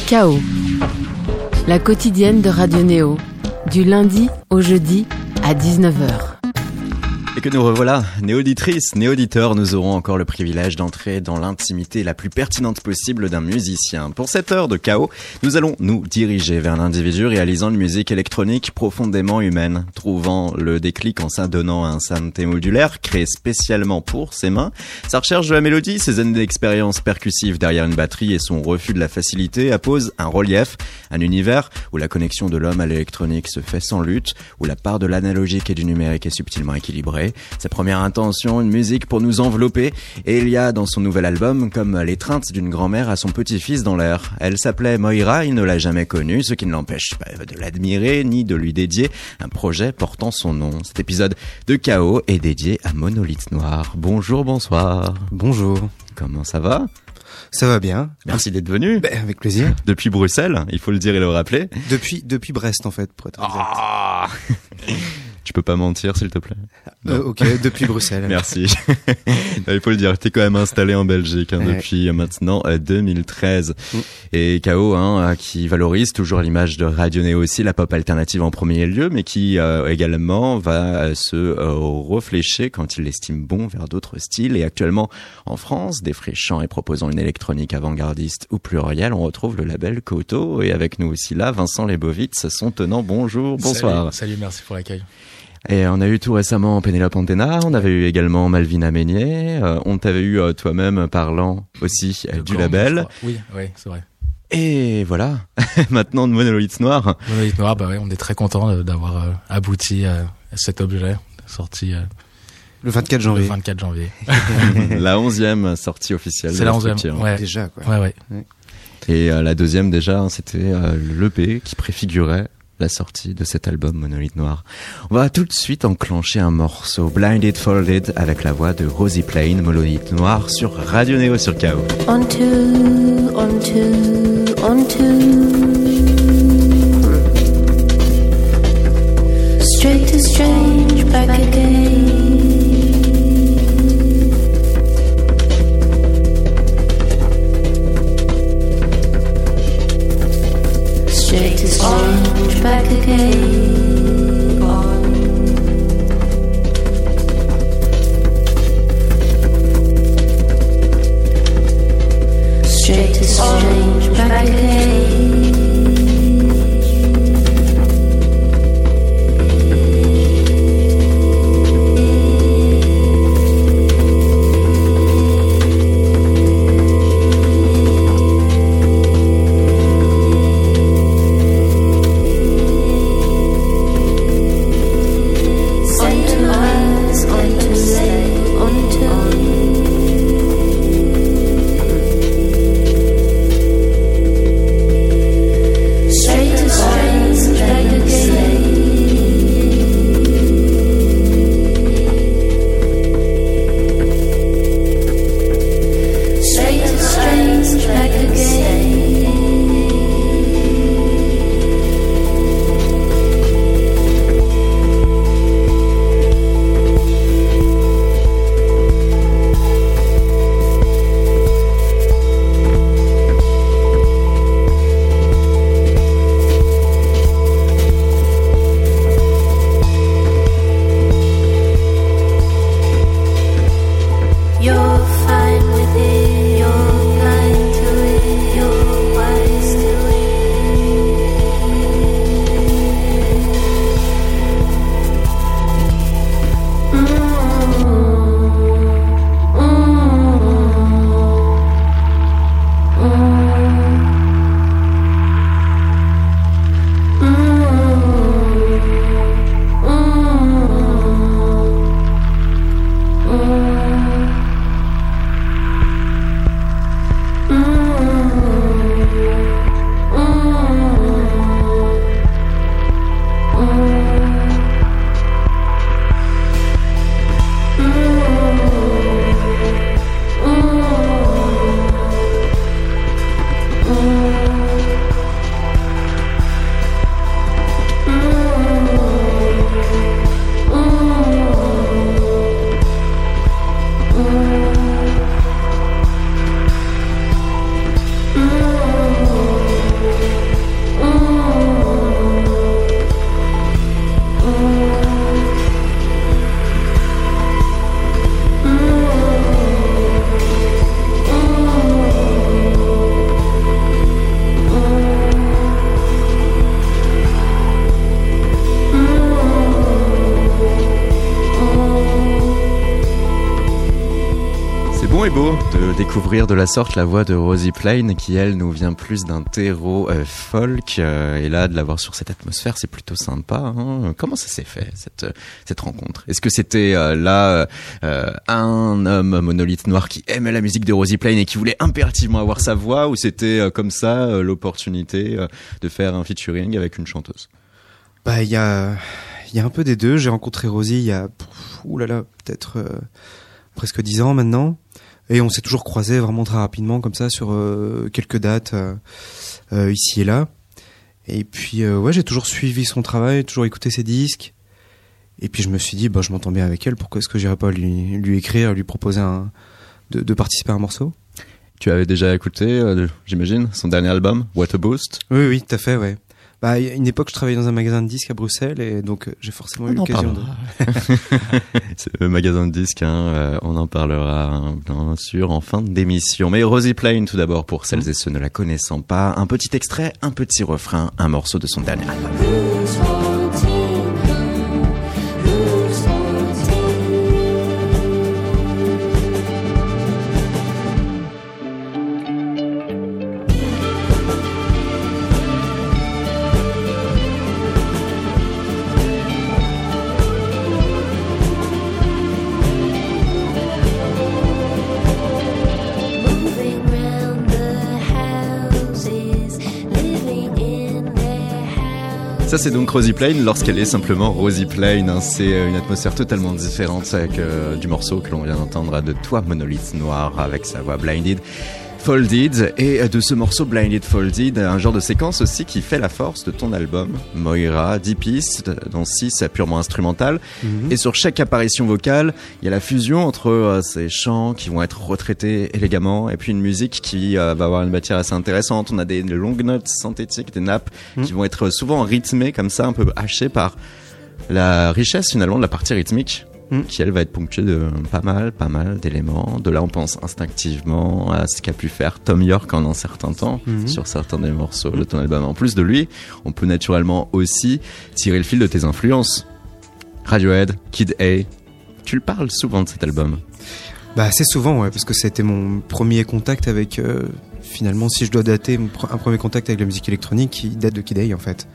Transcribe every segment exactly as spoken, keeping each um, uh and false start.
K O, la quotidienne de Radio Néo, du lundi au jeudi à dix-neuf heures. Et que nous revoilà, néauditrices, néauditeurs, nous aurons encore le privilège d'entrer dans l'intimité la plus pertinente possible d'un musicien. Pour cette heure de K O, nous allons nous diriger vers un individu réalisant une musique électronique profondément humaine, trouvant le déclic en s'adonnant à un synthé modulaire créé spécialement pour ses mains. Sa recherche de la mélodie, ses années d'expérience percussive derrière une batterie et son refus de la facilité apposent un relief, un univers où la connexion de l'homme à l'électronique se fait sans lutte, où la part de l'analogique et du numérique est subtilement équilibrée. Sa première intention, une musique pour nous envelopper, et il y a dans son nouvel album comme l'étreinte d'une grand-mère à son petit-fils dans l'air. Elle s'appelait Moira, il ne l'a jamais connue, ce qui ne l'empêche pas de l'admirer ni de lui dédier un projet portant son nom. Cet épisode de K O est dédié à Monolithe Noir. Bonjour, bonsoir. Bonjour. Comment ça va ? Ça va bien. Merci d'être venu. Ben, avec plaisir. Depuis Bruxelles, il faut le dire et le rappeler. Depuis depuis Brest en fait, pour être exact. Ah Tu peux pas mentir, s'il te plaît. Euh, ok, depuis Bruxelles. Merci. Il faut le dire, t'es quand même installé en Belgique hein, ouais. depuis maintenant euh, deux mille treize. Mm. Et K O, hein, qui valorise toujours l'image de Radio Néo aussi, la pop alternative en premier lieu, mais qui euh, également va euh, se euh, réfléchir quand il l'estime bon vers d'autres styles. Et actuellement, en France, défrichant et proposant une électronique avant-gardiste ou plurielle, on retrouve le label Koto. Et avec nous aussi là, Vincent Lebovitz, son tenant. Bonjour, bonsoir. Salut, salut, merci pour l'accueil. Et on a eu tout récemment Pénélope Antena, on avait eu également Malvina Meignet, euh, on t'avait eu euh, toi-même parlant aussi euh, du label. Oui, oui, c'est vrai. Et voilà, maintenant de Monolithe Noir. Monolithe Noir, bah ouais, on est très content d'avoir euh, abouti à cet objet sorti euh, le vingt-quatre janvier. Le vingt-quatre janvier. La onzième sortie officielle. C'est la onzième, ouais. Déjà quoi. Ouais, ouais. ouais. Et euh, la deuxième déjà, hein, c'était euh, l'E P qui préfigurait la sortie de cet album Monolithe Noir. On va tout de suite enclencher un morceau, Blinded Folded, avec la voix de Rosie Plain, Monolithe Noir, sur Radio Néo sur K O. On two, on two, on two. Straight to strange, back again. Straight to strange, back again. On. Straight to strange, back again. de découvrir de la sorte la voix de Rosie Plain qui elle nous vient plus d'un terreau euh, folk euh, et là de la voir sur cette atmosphère c'est plutôt sympa. Hein. Comment ça s'est fait cette cette rencontre? Est-ce que c'était euh, là euh, un homme monolithe noir qui aimait la musique de Rosie Plain et qui voulait impérativement avoir sa voix ou c'était euh, comme ça euh, l'opportunité euh, de faire un featuring avec une chanteuse? Bah il y a il y a un peu des deux. J'ai rencontré Rosie il y a oulala peut-être euh, presque dix ans maintenant. Et on s'est toujours croisés vraiment très rapidement comme ça sur euh, quelques dates euh, euh, ici et là. Et puis euh, ouais, j'ai toujours suivi son travail, toujours écouté ses disques. Et puis je me suis dit, bah je m'entends bien avec elle, pourquoi est-ce que j'irais pas lui lui écrire, lui proposer un de, de participer à un morceau. Tu avais déjà écouté, euh, j'imagine, son dernier album, What a Boost? Oui oui, tout à fait, ouais. Bah, il y a une époque, je travaillais dans un magasin de disques à Bruxelles et donc euh, j'ai forcément on eu l'occasion de... C'est le magasin de disques, hein, euh, on en parlera hein, bien sûr en fin d'émission. Mais Rosie Plain tout d'abord, pour celles et ceux ne la connaissant pas, un petit extrait, un petit refrain, un morceau de son dernier album. Ça c'est donc Rosie Plain lorsqu'elle est simplement Rosie Plain, hein. C'est une atmosphère totalement différente avec, euh, du morceau que l'on vient d'entendre de Toi Monolithe Noir avec sa voix Blinded Folded et de ce morceau Blinded Folded, un genre de séquence aussi qui fait la force de ton album Moira, dix pistes dont six purement instrumentales mm-hmm. Et sur chaque apparition vocale il y a la fusion entre euh, ces chants qui vont être retraités élégamment et puis une musique qui euh, va avoir une matière assez intéressante. On a des longues notes synthétiques, des nappes mm-hmm. qui vont être souvent rythmées comme ça, un peu hachées par la richesse finalement de la partie rythmique qui elle va être ponctuée de pas mal, pas mal d'éléments. De là on pense instinctivement à ce qu'a pu faire Thom Yorke en un certain temps mm-hmm. sur certains des morceaux de ton album. En plus de lui, on peut naturellement aussi tirer le fil de tes influences. Radiohead, Kid A, tu le parles souvent de cet album. Bah assez souvent ouais, parce que c'était mon premier contact avec euh, finalement si je dois dater un premier contact avec la musique électronique qui date de Kid A en fait.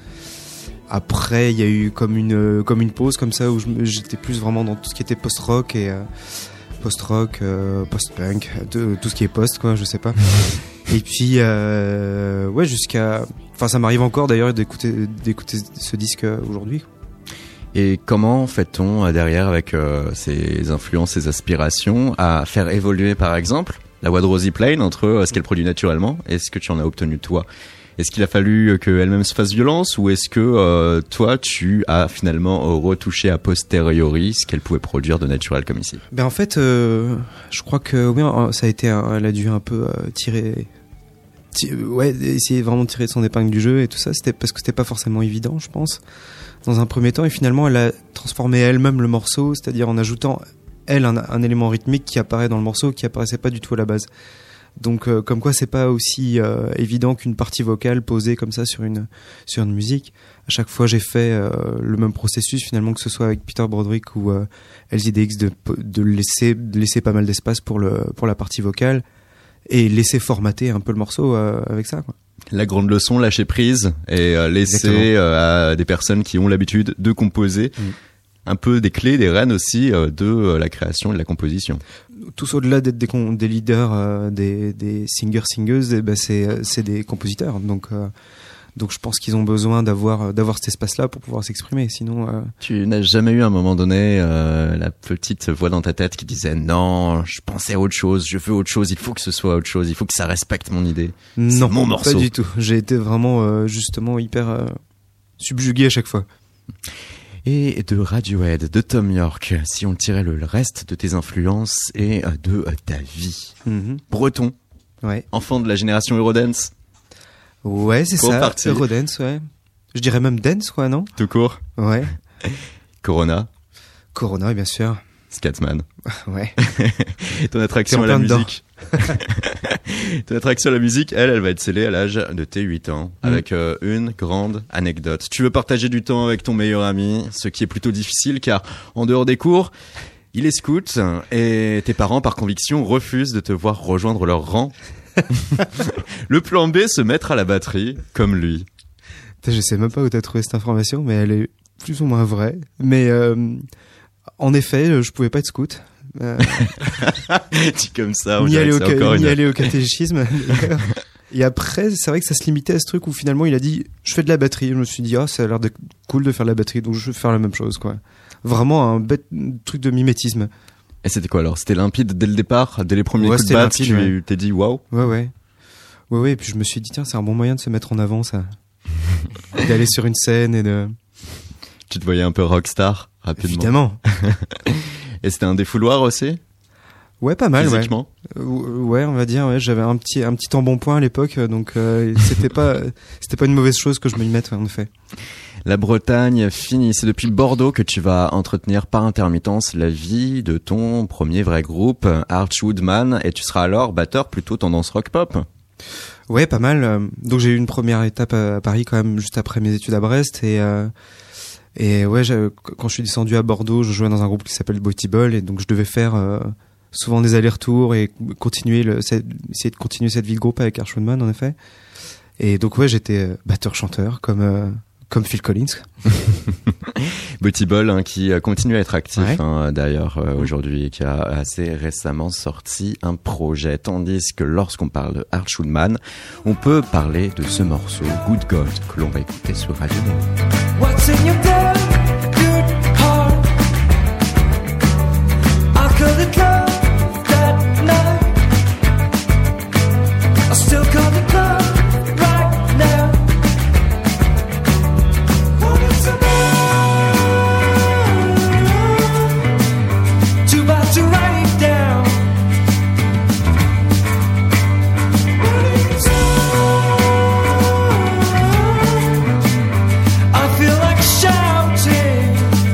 Après, il y a eu comme une comme une pause comme ça où je, j'étais plus vraiment dans tout ce qui était post-rock et euh, post-rock, euh, post-punk, de, tout ce qui est post quoi, je sais pas. Et puis euh, ouais, jusqu'à, enfin ça m'arrive encore d'ailleurs d'écouter d'écouter ce disque aujourd'hui. Et comment fait-on derrière avec euh, ces influences, ces aspirations à faire évoluer par exemple la voix de Rosie Plain entre euh, ce qu'elle produit naturellement et ce que tu en as obtenu toi? Est-ce qu'il a fallu qu'elle-même se fasse violence ou est-ce que euh, toi, tu as finalement retouché a posteriori ce qu'elle pouvait produire de naturel comme ici? Ben en fait, euh, je crois que oui, ça a été, un, elle a dû un peu euh, tirer, tirer, ouais, essayer vraiment de tirer son épingle du jeu et tout ça. C'était parce que c'était pas forcément évident, je pense, dans un premier temps. Et finalement, elle a transformé elle-même le morceau, c'est-à-dire en ajoutant elle un, un élément rythmique qui apparaît dans le morceau qui apparaissait pas du tout à la base. Donc euh, comme quoi c'est pas aussi euh, évident qu'une partie vocale posée comme ça sur une sur une musique. À chaque fois j'ai fait euh, le même processus finalement, que ce soit avec Peter Broderick ou euh, L Z D X, de de laisser de laisser pas mal d'espace pour le pour la partie vocale et laisser formater un peu le morceau euh, avec ça quoi. La grande leçon, lâcher prise et euh, laisser euh, à des personnes qui ont l'habitude de composer mmh. un peu des clés, des rênes aussi euh, de euh, la création et de la composition. Tous au-delà d'être des, con- des leaders, euh, des, des singers-singeuses, eh ben c'est, c'est des compositeurs. Donc, euh, donc je pense qu'ils ont besoin d'avoir, d'avoir cet espace-là pour pouvoir s'exprimer. Sinon, euh... Tu n'as jamais eu à un moment donné euh, la petite voix dans ta tête qui disait non, je pensais à autre chose, je veux autre chose, il faut que ce soit autre chose, il faut que ça respecte mon idée. Non, c'est mon morceau. Pas du tout. J'ai été vraiment euh, justement hyper euh, subjugué à chaque fois. Et de Radiohead, de Thom Yorke, si on tirait le reste de tes influences et de ta vie. Mm-hmm. Breton, ouais. Enfant de la génération Eurodance. Ouais, c'est Court ça, partie. Eurodance, ouais. Je dirais même dance, quoi, non? Tout court. Ouais. Corona. Corona, bien sûr. Scatman. Ouais. Et ton attraction à la musique. Ton attraction à la musique, elle, elle va être scellée à l'âge de tes huit ans, mmh. avec euh, une grande anecdote. Tu veux partager du temps avec ton meilleur ami, ce qui est plutôt difficile, car en dehors des cours, il Il est scout et tes parents, par conviction, refusent de te voir rejoindre leur rang. Le plan B, se mettre à la batterie, comme lui. Je sais même pas où t'as trouvé cette information, mais elle est plus ou moins vraie. Mais euh, en effet, je pouvais pas être scout. Euh, Dit comme ça, on ni dirait aller, que au, c'est ca- encore ni une... aller au catéchisme. Et après, c'est vrai que ça se limitait à ce truc où finalement il a dit je fais de la batterie. Je me suis dit ah, ça a l'air de cool de faire de la batterie, donc je vais faire la même chose, quoi. Vraiment un bête truc de mimétisme. Et c'était quoi alors? C'était limpide dès le départ, dès les premiers Ouais, coups de c'était batte, limpide, tu ouais. t'es dit waouh. Ouais, ouais. Ouais, ouais. Et puis je me suis dit tiens, c'est un bon moyen de se mettre en avant, ça. D'aller sur une scène et de. Tu te voyais un peu rockstar rapidement. Évidemment. Et c'était un défouloir aussi? Ouais, pas mal, ouais. Physiquement? Euh, Ouais, on va dire, ouais, j'avais un petit, un petit embonpoint à l'époque, donc euh, c'était pas, c'était pas une mauvaise chose que je me y mette, ouais, en effet. La Bretagne finie. C'est depuis Bordeaux que tu vas entretenir par intermittence la vie de ton premier vrai groupe, Arch Woodman, et tu seras alors batteur plutôt tendance rock pop. Ouais, pas mal. euh, Donc j'ai eu une première étape à, à Paris quand même, juste après mes études à Brest, et euh, et ouais, j'ai- quand je suis descendu à Bordeaux, je jouais dans un groupe qui s'appelle Boaty Ball, et donc je devais faire euh, souvent des allers-retours et continuer le, cette- essayer de continuer cette vie de groupe avec Arch Woodman, en effet. Et donc ouais, j'étais euh, batteur-chanteur comme euh, comme Phil Collins. Boaty Ball, hein, qui euh, continue à être actif, Ouais. hein, d'ailleurs euh, aujourd'hui, et qui a assez récemment sorti un projet. Tandis que lorsqu'on parle de Arch Woodman, on peut parler de ce morceau Good God que l'on va écouter sur Radio Néo. What's in your good, good heart? I couldn't love that night. I still couldn't love right now. What is it? Too bad to write it down. What is it? I feel like shouting.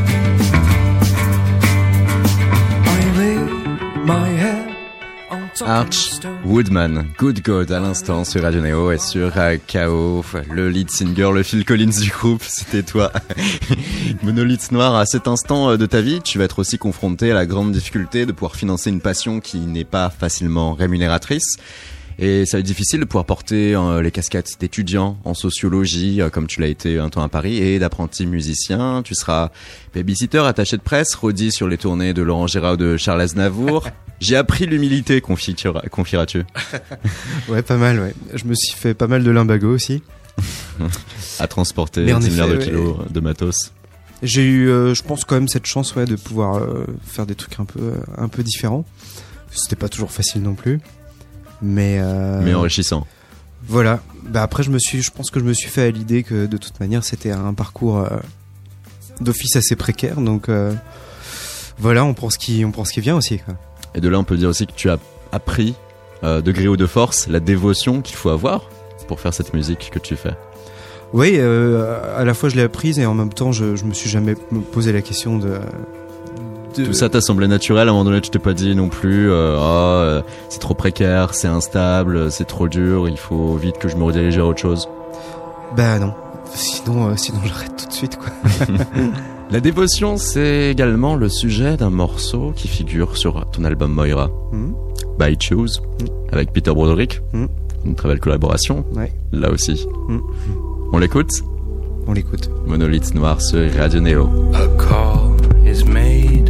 I lay my head on top of the Arch stone. Woodman, Good God à l'instant sur Radio Néo et sur euh, K O, le lead singer, le Phil Collins du groupe, c'était toi. Monolithe Noir, à cet instant euh, de ta vie, tu vas être aussi confronté à la grande difficulté de pouvoir financer une passion qui n'est pas facilement rémunératrice. Et ça va être difficile de pouvoir porter euh, les casquettes d'étudiant en sociologie, euh, comme tu l'as été un temps à Paris, et d'apprenti musicien. Tu seras babysitter, attaché de presse, rôdi sur les tournées de Laurent Gérard ou de Charles Aznavour. J'ai appris l'humilité, confieras- confieras-tu, Ouais, pas mal, ouais. Je me suis fait pas mal de lumbago aussi. à transporter Mais en dix milliards de effet, kilos de matos. J'ai eu, euh, je pense quand même cette chance, ouais, de pouvoir euh, faire des trucs un peu, euh, un peu différents. C'était pas toujours facile non plus, mais. Euh, Mais enrichissant. Voilà. Bah après, je me suis, je pense que je me suis fait à l'idée que de toute manière, c'était un parcours euh, d'office assez précaire, donc euh, voilà, on prend ce qui, on prend ce qui vient aussi, quoi. Et de là, on peut dire aussi que tu as appris, euh, de gré ou de force, la dévotion qu'il faut avoir pour faire cette musique que tu fais. Oui, euh, à la fois je l'ai apprise et en même temps, je, je me suis jamais posé la question de. de... Tout ça t'a semblé naturel, à un moment donné tu t'es pas dit non plus euh, ah, euh, c'est trop précaire, c'est instable, c'est trop dur, il faut vite que je me redirige vers autre chose. Bah non. Sinon, euh, sinon j'arrête tout de suite, quoi. La dévotion, c'est également le sujet d'un morceau qui figure sur ton album Moira, Mhm. By Choose, Mhm. avec Peter Broderick. Mhm. Une très belle collaboration, Ouais. là aussi. Mhm. On l'écoute? On l'écoute. Monolithe Noir sur Radio Néo. A call is made,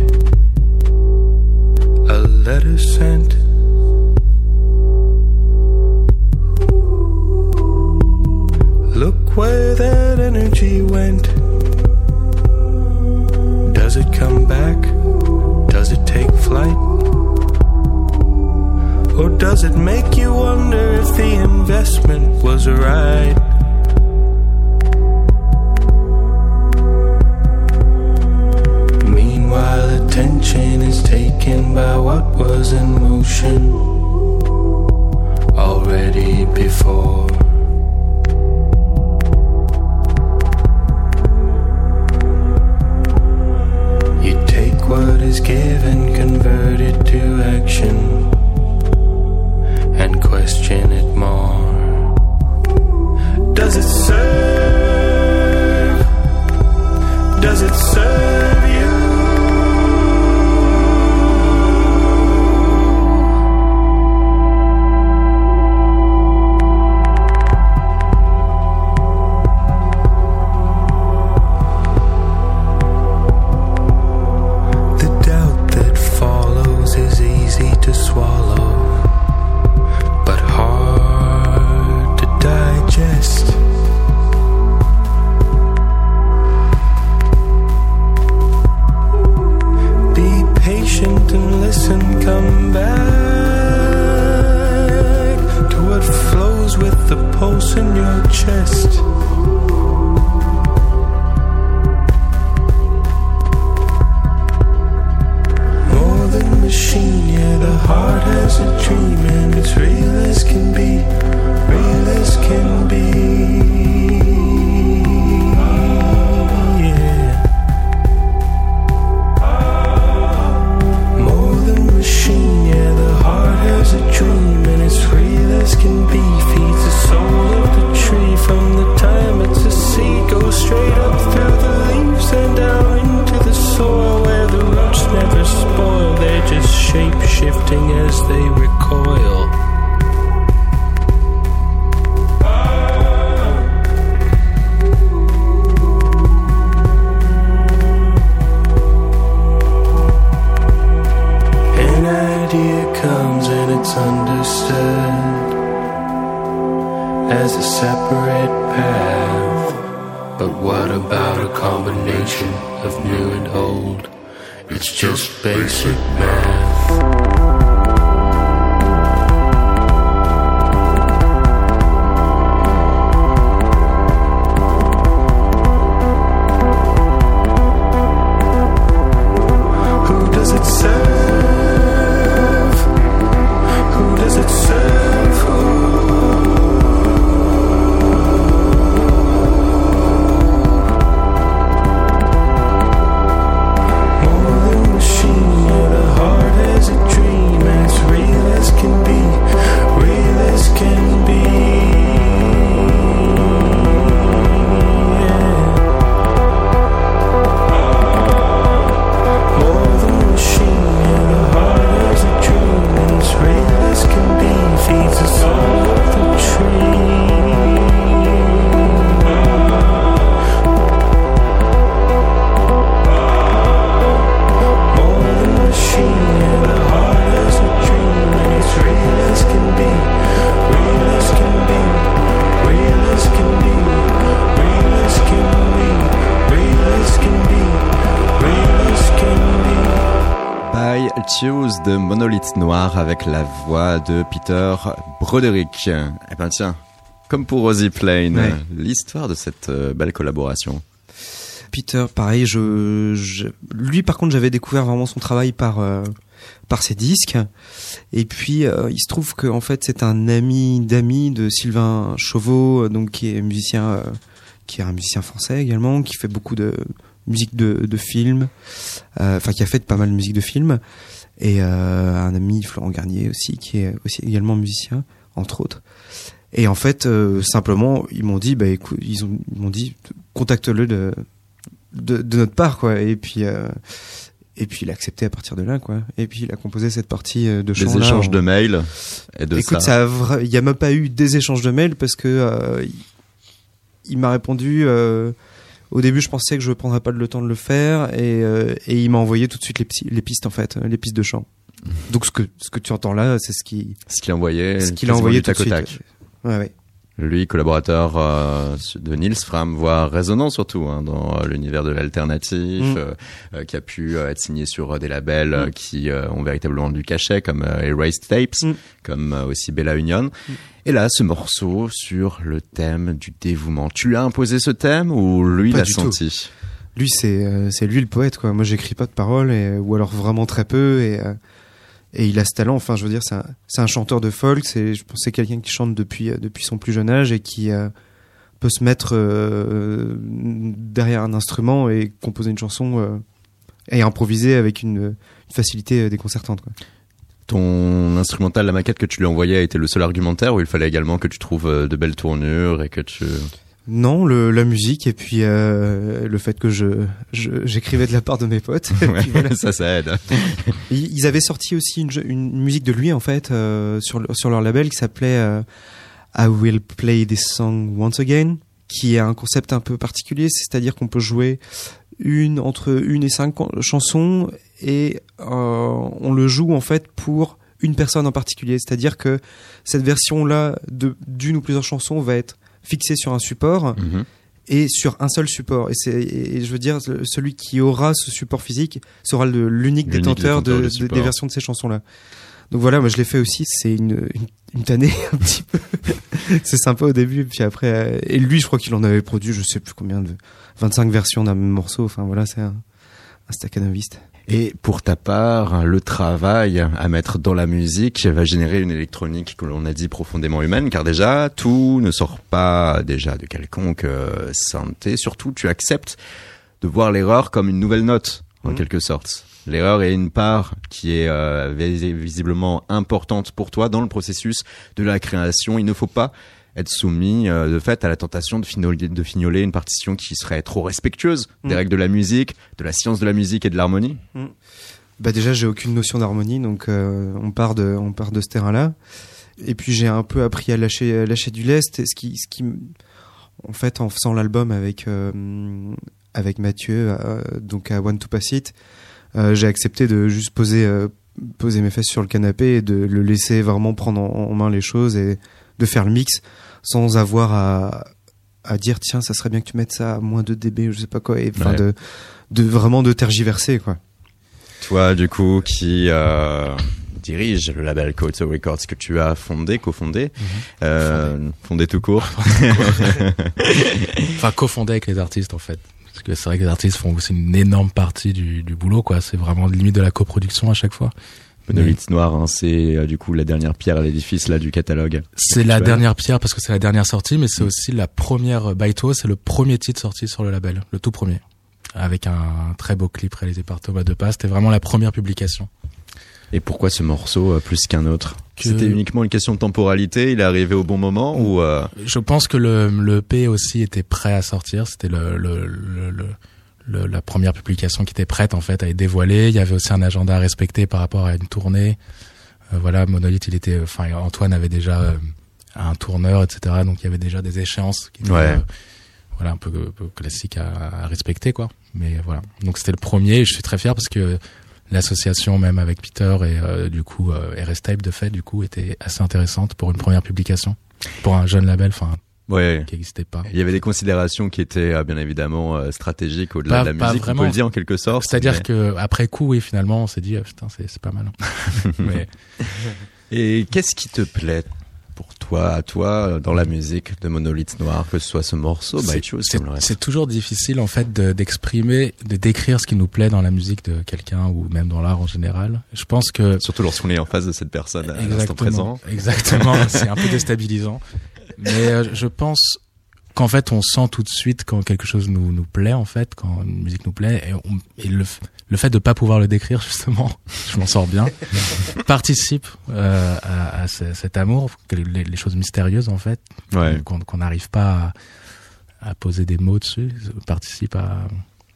a letter sent. Look where that energy went. Does it come back? Does it take flight? Or does it make you wonder if the investment was right? Meanwhile, attention is taken by what was in motion already before. You take what is given, convert it to action, and question it more. Does it serve? Does it serve you? chest. More than machine, yeah, the heart has a dream, and it's real as can be, real as can be. Can be, feeds the soul of the tree. From the time it's a seed, goes straight up through the leaves and down into the soil, where the roots never spoil. They're just shape shifting as they recoil. An idea comes and it's understood as a separate path. But what about a combination of new and old? It's just basic math. Who does it serve? Who does it serve? Who? Tues de Monolith Noir avec la voix de Peter Broderick. Eh ben tiens, comme pour Rosie Plain, ouais. L'histoire de cette euh, belle collaboration. Peter, pareil, je, je, lui par contre j'avais découvert vraiment son travail par euh, par ses disques, et puis euh, il se trouve que en fait c'est un ami d'amis de Sylvain Chauveau, donc qui est musicien, euh, qui est un musicien français également, qui fait beaucoup de musique de, de films, enfin euh, qui a fait pas mal de musique de films, et euh, un ami, Florent Garnier aussi, qui est aussi également musicien, entre autres. Et en fait, euh, simplement, ils m'ont dit, bah écoute, ils, ont, ils m'ont dit, contacte-le de, de, de notre part, quoi. Et puis, euh, et puis il a accepté à partir de là, quoi. Et puis il a composé cette partie de chant. Des échanges on... de mails et de écoute, ça. ça il y a même pas eu des échanges de mails parce que euh, il, il m'a répondu. Euh, Au début, je pensais que je ne prendrais pas le temps de le faire, et, euh, et il m'a envoyé tout de suite les, les pistes, en fait, les pistes de chant. Donc ce que ce que tu entends là, c'est ce qui ce qu'il a envoyé, ce qu'il a envoyé tout de suite. Ouais, ouais. Lui, collaborateur euh, de Nils Fram, voire résonnant surtout hein, dans euh, l'univers de l'alternatif, mm. euh, euh, qui a pu euh, être signé sur euh, des labels mm. euh, qui euh, ont véritablement du cachet, comme euh, Erased Tapes, mm. comme euh, aussi Bella Union. Mm. Et là, ce morceau sur le thème du dévouement. Tu lui as imposé ce thème ou lui Pas l'a du senti tout. Lui, c'est euh, c'est lui le poète, quoi. Moi, j'écris pas de paroles, et, ou alors vraiment très peu, et euh, et il a ce talent. Enfin, je veux dire, c'est un, c'est un chanteur de folk. C'est, je pense, c'est quelqu'un qui chante depuis depuis son plus jeune âge et qui euh, peut se mettre euh, derrière un instrument et composer une chanson euh, et improviser avec une, une facilité déconcertante, quoi. Ton instrumental, la maquette que tu lui envoyais, a été le seul argumentaire, ou il fallait également que tu trouves de belles tournures et que tu... Non, le, la musique et puis euh, le fait que je, je j'écrivais de la part de mes potes. Ouais, voilà. Ça, ça aide. Ils avaient sorti aussi une, une musique de lui en fait euh, sur sur leur label qui s'appelait euh, I Will Play This Song Once Again, qui est un concept un peu particulier, c'est-à-dire qu'on peut jouer une entre une et cinq chansons et euh, on le joue en fait pour une personne en particulier, c'est-à-dire que cette version-là de d'une ou plusieurs chansons va être fixée sur un support mmh. et sur un seul support, et c'est et je veux dire celui qui aura ce support physique sera le, l'unique, l'unique détenteur, de, de, de des versions de ces chansons-là. Donc voilà, moi je l'ai fait aussi. C'est une, une, une tannée un petit peu. C'est sympa au début, puis après. Euh, et lui, je crois qu'il en avait produit, je sais plus combien de vingt-cinq versions d'un même morceau. Enfin voilà, c'est un, un staccanoviste. Et pour ta part, le travail à mettre dans la musique va générer une électronique que l'on a dit profondément humaine, car déjà, tout ne sort pas déjà de quelconque euh, synthé. Surtout, tu acceptes de voir l'erreur comme une nouvelle note, en mmh. quelque sorte. L'erreur est une part qui est euh, visiblement importante pour toi dans le processus de la création. Il ne faut pas être soumis euh, de fait à la tentation de fignoler, de fignoler une partition qui serait trop respectueuse mmh. des règles de la musique, de la science de la musique et de l'harmonie. Mmh. Bah déjà j'ai aucune notion d'harmonie, donc euh, on part de on part de ce terrain-là. Et puis j'ai un peu appris à lâcher à lâcher du lest. Et ce qui ce qui en fait en faisant l'album avec euh, avec Mathieu, euh, donc à One to Pass It, euh, j'ai accepté de juste poser euh, poser mes fesses sur le canapé et de le laisser vraiment prendre en, en main les choses et de faire le mix sans avoir à, à dire tiens ça serait bien que tu mettes ça à moins de décibels, je sais pas quoi, et enfin ouais. de, de vraiment de tergiverser quoi. Toi du coup qui euh, dirige le label Koto Records que tu as fondé, cofondé, mmh. euh, fondé. fondé tout court. Enfin cofondé avec les artistes en fait. Parce que c'est vrai que les artistes font aussi une énorme partie du, du boulot quoi. C'est vraiment limite de la coproduction à chaque fois. Monolith Noir, hein, c'est euh, du coup la dernière pierre à l'édifice là du catalogue. C'est la dernière pierre parce que c'est la dernière sortie, mais c'est mmh. aussi la première. Baito, c'est le premier titre sorti sur le label, le tout premier, avec un très beau clip réalisé par Thomas Depas. C'était vraiment la première publication. Et pourquoi ce morceau euh, plus qu'un autre? que... C'était uniquement une question de temporalité. Il est arrivé au bon moment ou euh... Je pense que le le E P aussi était prêt à sortir. C'était le le le, le... Le, la première publication qui était prête en fait à être dévoilée. Il y avait aussi un agenda à respecter par rapport à une tournée. Euh, voilà, Monolith, il était, enfin Antoine avait déjà euh, un tourneur, et cetera. Donc il y avait déjà des échéances qui étaient, ouais. euh, voilà, un peu, un peu classiques à, à respecter quoi. Mais voilà, donc c'était le premier. Et je suis très fier parce que l'association même avec Peter et euh, du coup euh, R S Tape de fait du coup était assez intéressante pour une première publication pour un jeune label. Enfin. Ouais. Qui n'existait pas. Il y avait des considérations qui étaient euh, bien évidemment euh, stratégiques au-delà pas, de la musique, vraiment. On peut le dire en quelque sorte. C'est-à-dire mais... que après coup, oui, finalement, on s'est dit, oh, putain, c'est c'est pas mal. mais... Et qu'est-ce qui te plaît pour toi, à toi, dans la musique de Monolith Noir, que ce soit ce morceau, c'est, bah, chose, c'est, c'est toujours difficile en fait de, d'exprimer, de décrire ce qui nous plaît dans la musique de quelqu'un ou même dans l'art en général. Je pense que surtout lorsqu'on est en face de cette personne à l'instant présent. Exactement, c'est un peu déstabilisant. Mais euh, je pense qu'en fait on sent tout de suite quand quelque chose nous nous plaît en fait, quand une musique nous plaît, et, on, et le le fait de pas pouvoir le décrire justement, je m'en sors bien, participe euh, à, à ce, cet amour, les, les choses mystérieuses en fait, ouais. qu'on qu'on n'arrive pas à, à poser des mots dessus, participe à,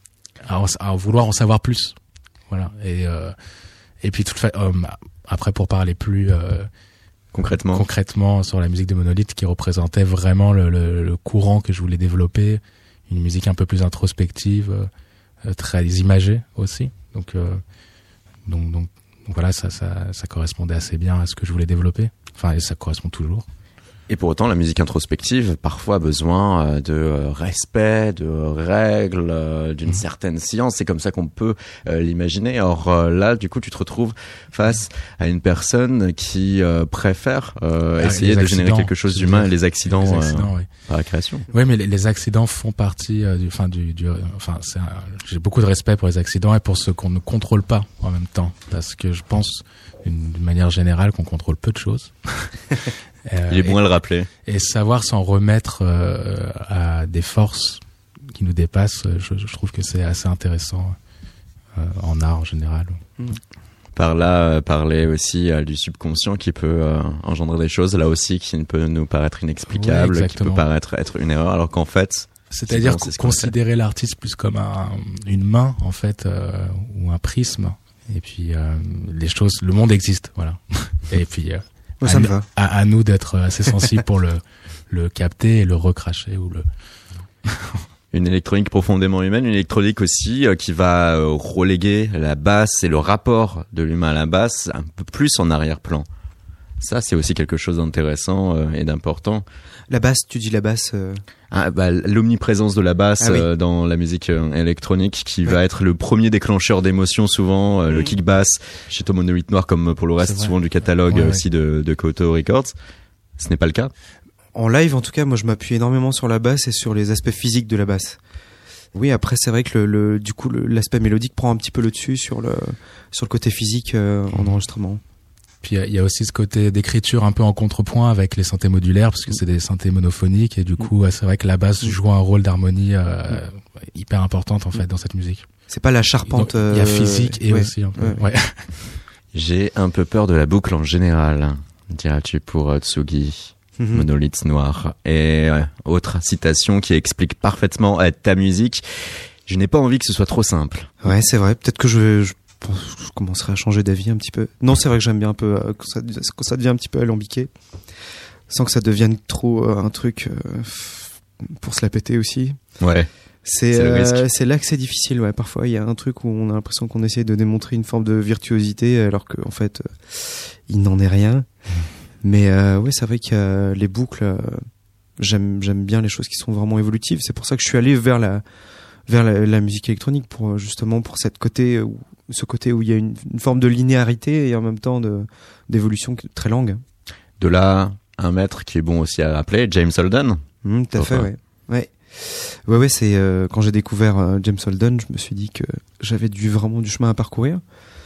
à à vouloir en savoir plus, voilà. Et euh, et puis tout fait, euh, après pour parler plus euh, Concrètement. Concrètement sur la musique de Monolith qui représentait vraiment le, le, le courant que je voulais développer, une musique un peu plus introspective, euh, très imagée aussi. Donc, euh, donc, donc, donc voilà, ça, ça, ça correspondait assez bien à ce que je voulais développer. Enfin, et ça correspond toujours. Et pour autant, la musique introspective, parfois a besoin de respect, de règles, d'une mmh. certaine science. C'est comme ça qu'on peut euh, l'imaginer. Or euh, là, du coup, tu te retrouves face à une personne qui euh, préfère euh, ah, essayer de générer quelque chose d'humain, et les accidents, les accidents euh, oui. par la création. Oui, mais les, les accidents font partie euh, du, enfin du, du, enfin c'est, un, j'ai beaucoup de respect pour les accidents et pour ce qu'on ne contrôle pas en même temps, parce que je pense, d'une, d'une manière générale, qu'on contrôle peu de choses. Euh, Il est bon et, à le rappeler. Et savoir s'en remettre euh, à des forces qui nous dépassent, je, je trouve que c'est assez intéressant euh, en art en général. Mmh. Par là, euh, parler aussi euh, du subconscient qui peut euh, engendrer des choses, là aussi, qui peut nous paraître inexplicable, ouais, qui peut paraître être une erreur, alors qu'en fait... C'est-à-dire c'est considérer l'artiste plus comme un, une main, en fait, euh, ou un prisme. Et puis, euh, les choses... Le monde existe, voilà. Et puis... Euh, Ouais, ça à, me va. À, à nous d'être assez sensibles pour le, le capter et le recracher ou le. Une électronique profondément humaine, une électronique aussi euh, qui va euh, reléguer la basse et le rapport de l'humain à la basse un peu plus en arrière-plan. Ça, c'est aussi quelque chose d'intéressant euh, et d'important. La basse, tu dis la basse euh... Ah, bah, l'omniprésence de la basse ah, oui. euh, dans la musique euh, électronique qui ouais. va être le premier déclencheur d'émotion souvent, euh, mmh. le kick bass chez Tom Monolith Noir comme pour le reste souvent du catalogue ouais, aussi ouais. de, de Koto Records. Ce n'est pas le cas. En live, en tout cas, moi je m'appuie énormément sur la basse et sur les aspects physiques de la basse. Oui, après c'est vrai que le, le du coup le, l'aspect mélodique prend un petit peu le dessus sur le sur le côté physique euh, en enregistrement. Puis il y, y a aussi ce côté d'écriture un peu en contrepoint avec les synthés modulaires parce que c'est des synthés monophoniques et du coup c'est vrai que la basse joue un rôle d'harmonie euh, hyper importante en fait dans cette musique. C'est pas la charpente. Il y a physique et ouais, aussi un peu. Ouais. Ouais. J'ai un peu peur de la boucle en général, diras-tu pour euh, Tsugi, mm-hmm. Monolith Noir. Et euh, autre citation qui explique parfaitement euh, ta musique. Je n'ai pas envie que ce soit trop simple. Ouais, c'est vrai. Peut-être que je, je je commencerai à changer d'avis un petit peu. Non, c'est vrai que j'aime bien un peu euh, quand, ça, quand ça devient un petit peu alambiqué, sans que ça devienne trop euh, un truc euh, pour se la péter aussi. Ouais. C'est c'est, euh, c'est là que c'est difficile. Ouais, parfois il y a un truc où on a l'impression qu'on essaie de démontrer une forme de virtuosité alors que en fait euh, il n'en est rien. Mais euh, ouais, c'est vrai que euh, les boucles, euh, j'aime j'aime bien les choses qui sont vraiment évolutives. C'est pour ça que je suis allé vers la vers la, la musique électronique pour justement pour cette côté où ce côté où il y a une, une forme de linéarité et en même temps de d'évolution très longue. De là, un maître qui est bon aussi à rappeler, James Holden. Mmh, tout à fait, ouais. Ouais. Ouais, ouais, c'est euh, quand j'ai découvert euh, James Holden, je me suis dit que j'avais du vraiment du chemin à parcourir.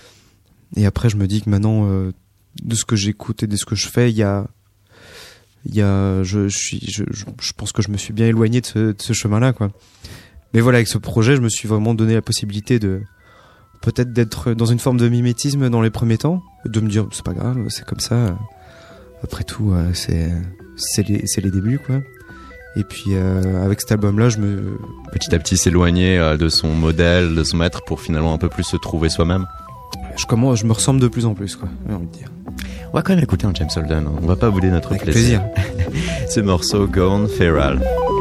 Et après, je me dis que maintenant, euh, de ce que j'écoute et de ce que je fais, il y a, il y a, je, je suis, je, je, je pense que je me suis bien éloigné de ce, de ce chemin-là, quoi. Mais voilà, avec ce projet, je me suis vraiment donné la possibilité de peut-être d'être dans une forme de mimétisme dans les premiers temps, de me dire c'est pas grave, c'est comme ça. Après tout, c'est c'est les c'est les débuts, quoi. Et puis euh, avec cet album-là, je me petit à petit s'éloigner de son modèle, de son maître, pour finalement un peu plus se trouver soi-même. Je commence, je me ressemble de plus en plus, quoi. J'ai envie de dire. On va quand même écouter un James Holden. On va pas bouder notre avec plaisir. plaisir. Ce morceau Gone Feral.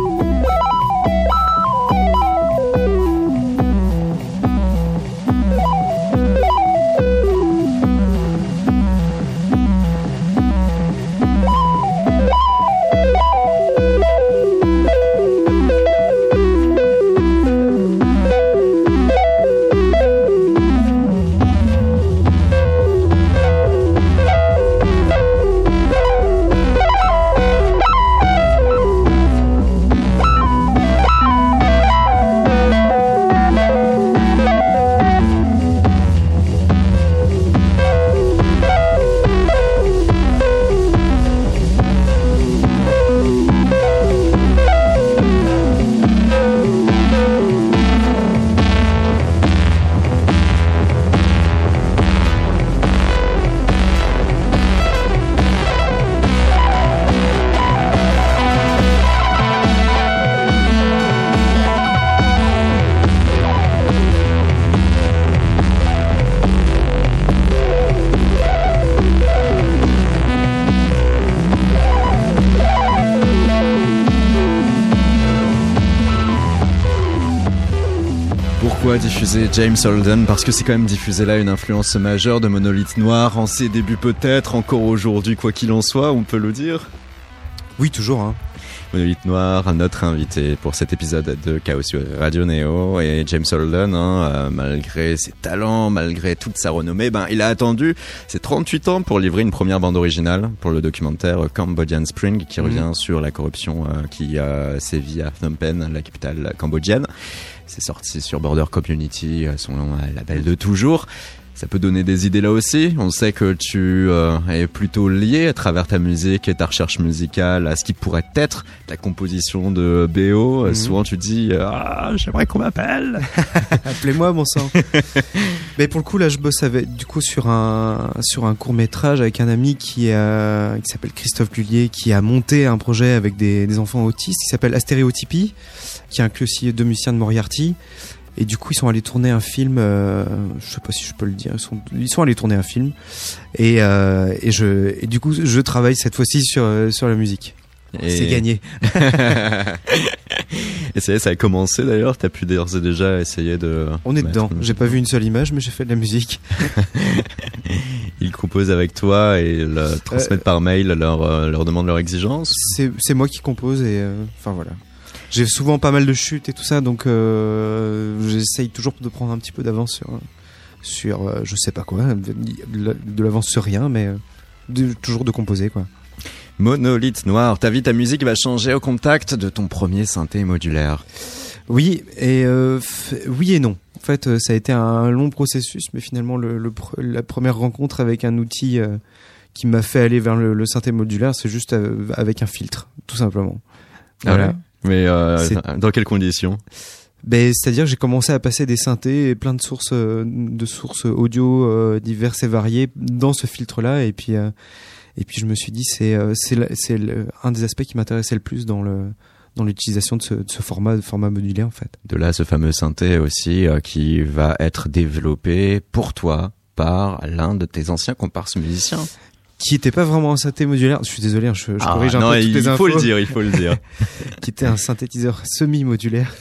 Pourquoi diffuser James Holden? Parce que c'est quand même diffusé là une influence majeure de Monolith Noir en ses débuts peut-être, encore aujourd'hui quoi qu'il en soit, on peut le dire. Oui, toujours, hein. Monolith Noir, notre invité pour cet épisode de Chaos sur Radio Néo, et James Holden, hein, euh, malgré ses talents, malgré toute sa renommée, ben il a attendu ses trente-huit ans pour livrer une première bande originale pour le documentaire Cambodian Spring qui revient mmh. sur la corruption euh, qui a sévi à Phnom Penh, la capitale cambodgienne. C'est sorti sur Border Community, son label de toujours. Ça peut donner des idées là aussi. On sait que tu euh, es plutôt lié à travers ta musique et ta recherche musicale à ce qui pourrait être la composition de B O. Mmh. Souvent tu dis ah, j'aimerais qu'on m'appelle. Appelez-moi, mon sang. Mais pour le coup là, je bosse avec, du coup sur un sur un court métrage avec un ami qui a, qui s'appelle Christophe Lullier, qui a monté un projet avec des, des enfants autistes qui s'appelle Astéréotypie, qui inclut aussi deux musiciens de Moriarty. Et du coup, ils sont allés tourner un film. Euh, je sais pas si je peux le dire. Ils sont, ils sont allés tourner un film. Et, euh, et je, et du coup, je travaille cette fois-ci sur sur la musique. Et... C'est gagné. Et ça y est, ça a commencé d'ailleurs. T'as pu d'ores et déjà essayer de. On est mettre dedans. une- J'ai pas vu une seule image, mais j'ai fait de la musique. Ils composent avec toi et ils euh, transmettent par mail leur euh, leur demande, leur exigence. C'est c'est moi qui compose et euh, enfin voilà. J'ai souvent pas mal de chutes et tout ça, donc euh, j'essaye toujours de prendre un petit peu d'avance sur sur euh, je sais pas quoi, de, de l'avance sur rien, mais euh, de, toujours de composer quoi. Monolithe Noir, ta vie, ta musique va changer au contact de ton premier synthé modulaire. Oui et euh, f- oui et non. En fait, euh, ça a été un long processus, mais finalement le, le pr- la première rencontre avec un outil euh, qui m'a fait aller vers le, le synthé modulaire, c'est juste euh, avec un filtre, tout simplement. Ah Voilà. ouais. Mais euh, C'est- dans quelles conditions? Ben, c'est-à-dire que j'ai commencé à passer des synthés et plein de sources euh, de sources audio euh, diverses et variées dans ce filtre-là, et puis euh, et puis je me suis dit c'est euh, c'est la- c'est le- un des aspects qui m'intéressait le plus dans le dans l'utilisation de ce, de ce format de format modulaire en fait. De là, ce fameux synthé aussi euh, qui va être développé pour toi par l'un de tes anciens comparses musiciens. Qui était pas vraiment un synthé modulaire. Je suis désolé, hein, je, je Ah, corrige un non, peu toutes il les infos. faut le dire, il faut le dire. Qui était un synthétiseur semi-modulaire.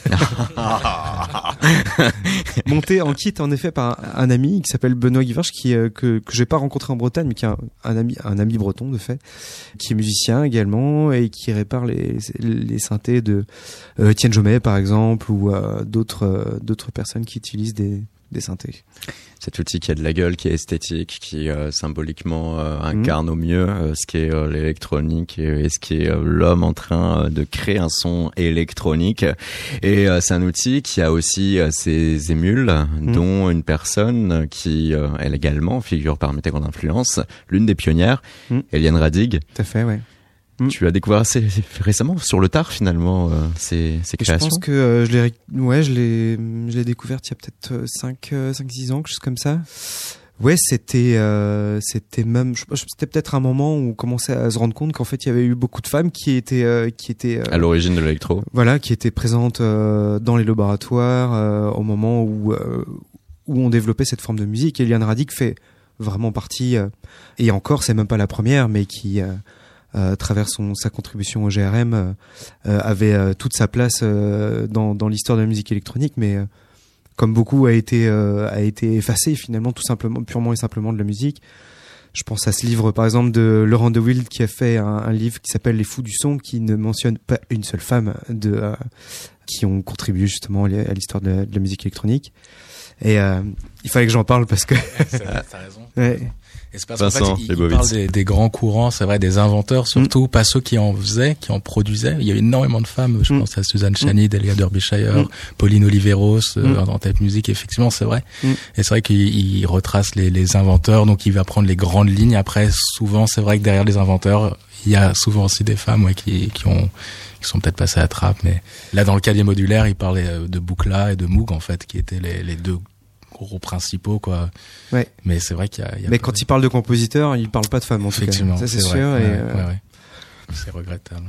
Monté en kit en effet par un, un ami qui s'appelle Benoît Guivarch, qui euh, que que j'ai pas rencontré en Bretagne, mais qui est un, un ami un ami breton de fait, qui est musicien également et qui répare les les synthés de euh, Étienne Jomet par exemple, ou euh, d'autres euh, d'autres personnes qui utilisent des des synthés. Cet outil qui a de la gueule, qui est esthétique, qui euh, symboliquement euh, incarne au mieux euh, ce qu'est euh, l'électronique et, et ce qu'est euh, l'homme en train euh, de créer un son électronique. Et euh, c'est un outil qui a aussi euh, ses émules, Mmh. dont une personne qui, euh, elle également, figure parmi tes grandes influences, l'une des pionnières, Mmh. Eliane Radig. Tout à fait, ouais. Mm. Tu as découvert assez récemment, sur le tard finalement, euh, ces, ces Et je créations. pense que euh, je l'ai ré- ouais, je l'ai je l'ai découverte il y a peut-être cinq six ans, quelque chose comme ça. Ouais, c'était euh, c'était même je, je- c'était peut-être un moment où on commençait à se rendre compte qu'en fait il y avait eu beaucoup de femmes qui étaient euh, qui étaient euh, À l'origine de l'électro. voilà, qui étaient présentes euh, dans les laboratoires euh, au moment où euh, où on développait cette forme de musique. Et Eliane Radig fait vraiment partie euh, et encore c'est même pas la première, mais qui euh, à travers son sa contribution au G R M euh, euh, avait euh, toute sa place euh, dans dans l'histoire de la musique électronique, mais euh, comme beaucoup a été euh, a été effacé finalement, tout simplement, purement et simplement de la musique. Je pense à ce livre par exemple de Laurent de Wild qui a fait un, un livre qui s'appelle Les Fous du son, qui ne mentionne pas une seule femme de euh, qui ont contribué justement à l'histoire de la, de la musique électronique. Et euh, il fallait que j'en parle parce que T'as raison. ouais. Et c'est parce qu'en Vincent fait, il, il Leibovitz. parle des, des grands courants, c'est vrai, des inventeurs surtout, pas ceux qui en faisaient, qui en produisaient. Il y a énormément de femmes, je Mm. pense à Suzanne Chani, Delia Derbyshire, Mm. Pauline Oliveros, euh, Mm. en tête musique, effectivement, c'est vrai. Mm. Et c'est vrai qu'il il retrace les, les inventeurs, donc il va prendre les grandes lignes. Après, souvent, c'est vrai que derrière les inventeurs, il y a souvent aussi des femmes ouais, qui, qui ont qui sont peut-être passées à trappe. Mais là, dans le cas des modulaires, il parlait euh, de Buchla et de Moog, en fait, qui étaient les, les deux gros principaux, quoi. Ouais. Mais c'est vrai qu'il y a, il y a Mais pas- quand il parle de compositeur, il parle pas de femme en tout cas. effectivement, Ça c'est sûr. vrai. Et, Ouais, euh, ouais, ouais. C'est regrettable.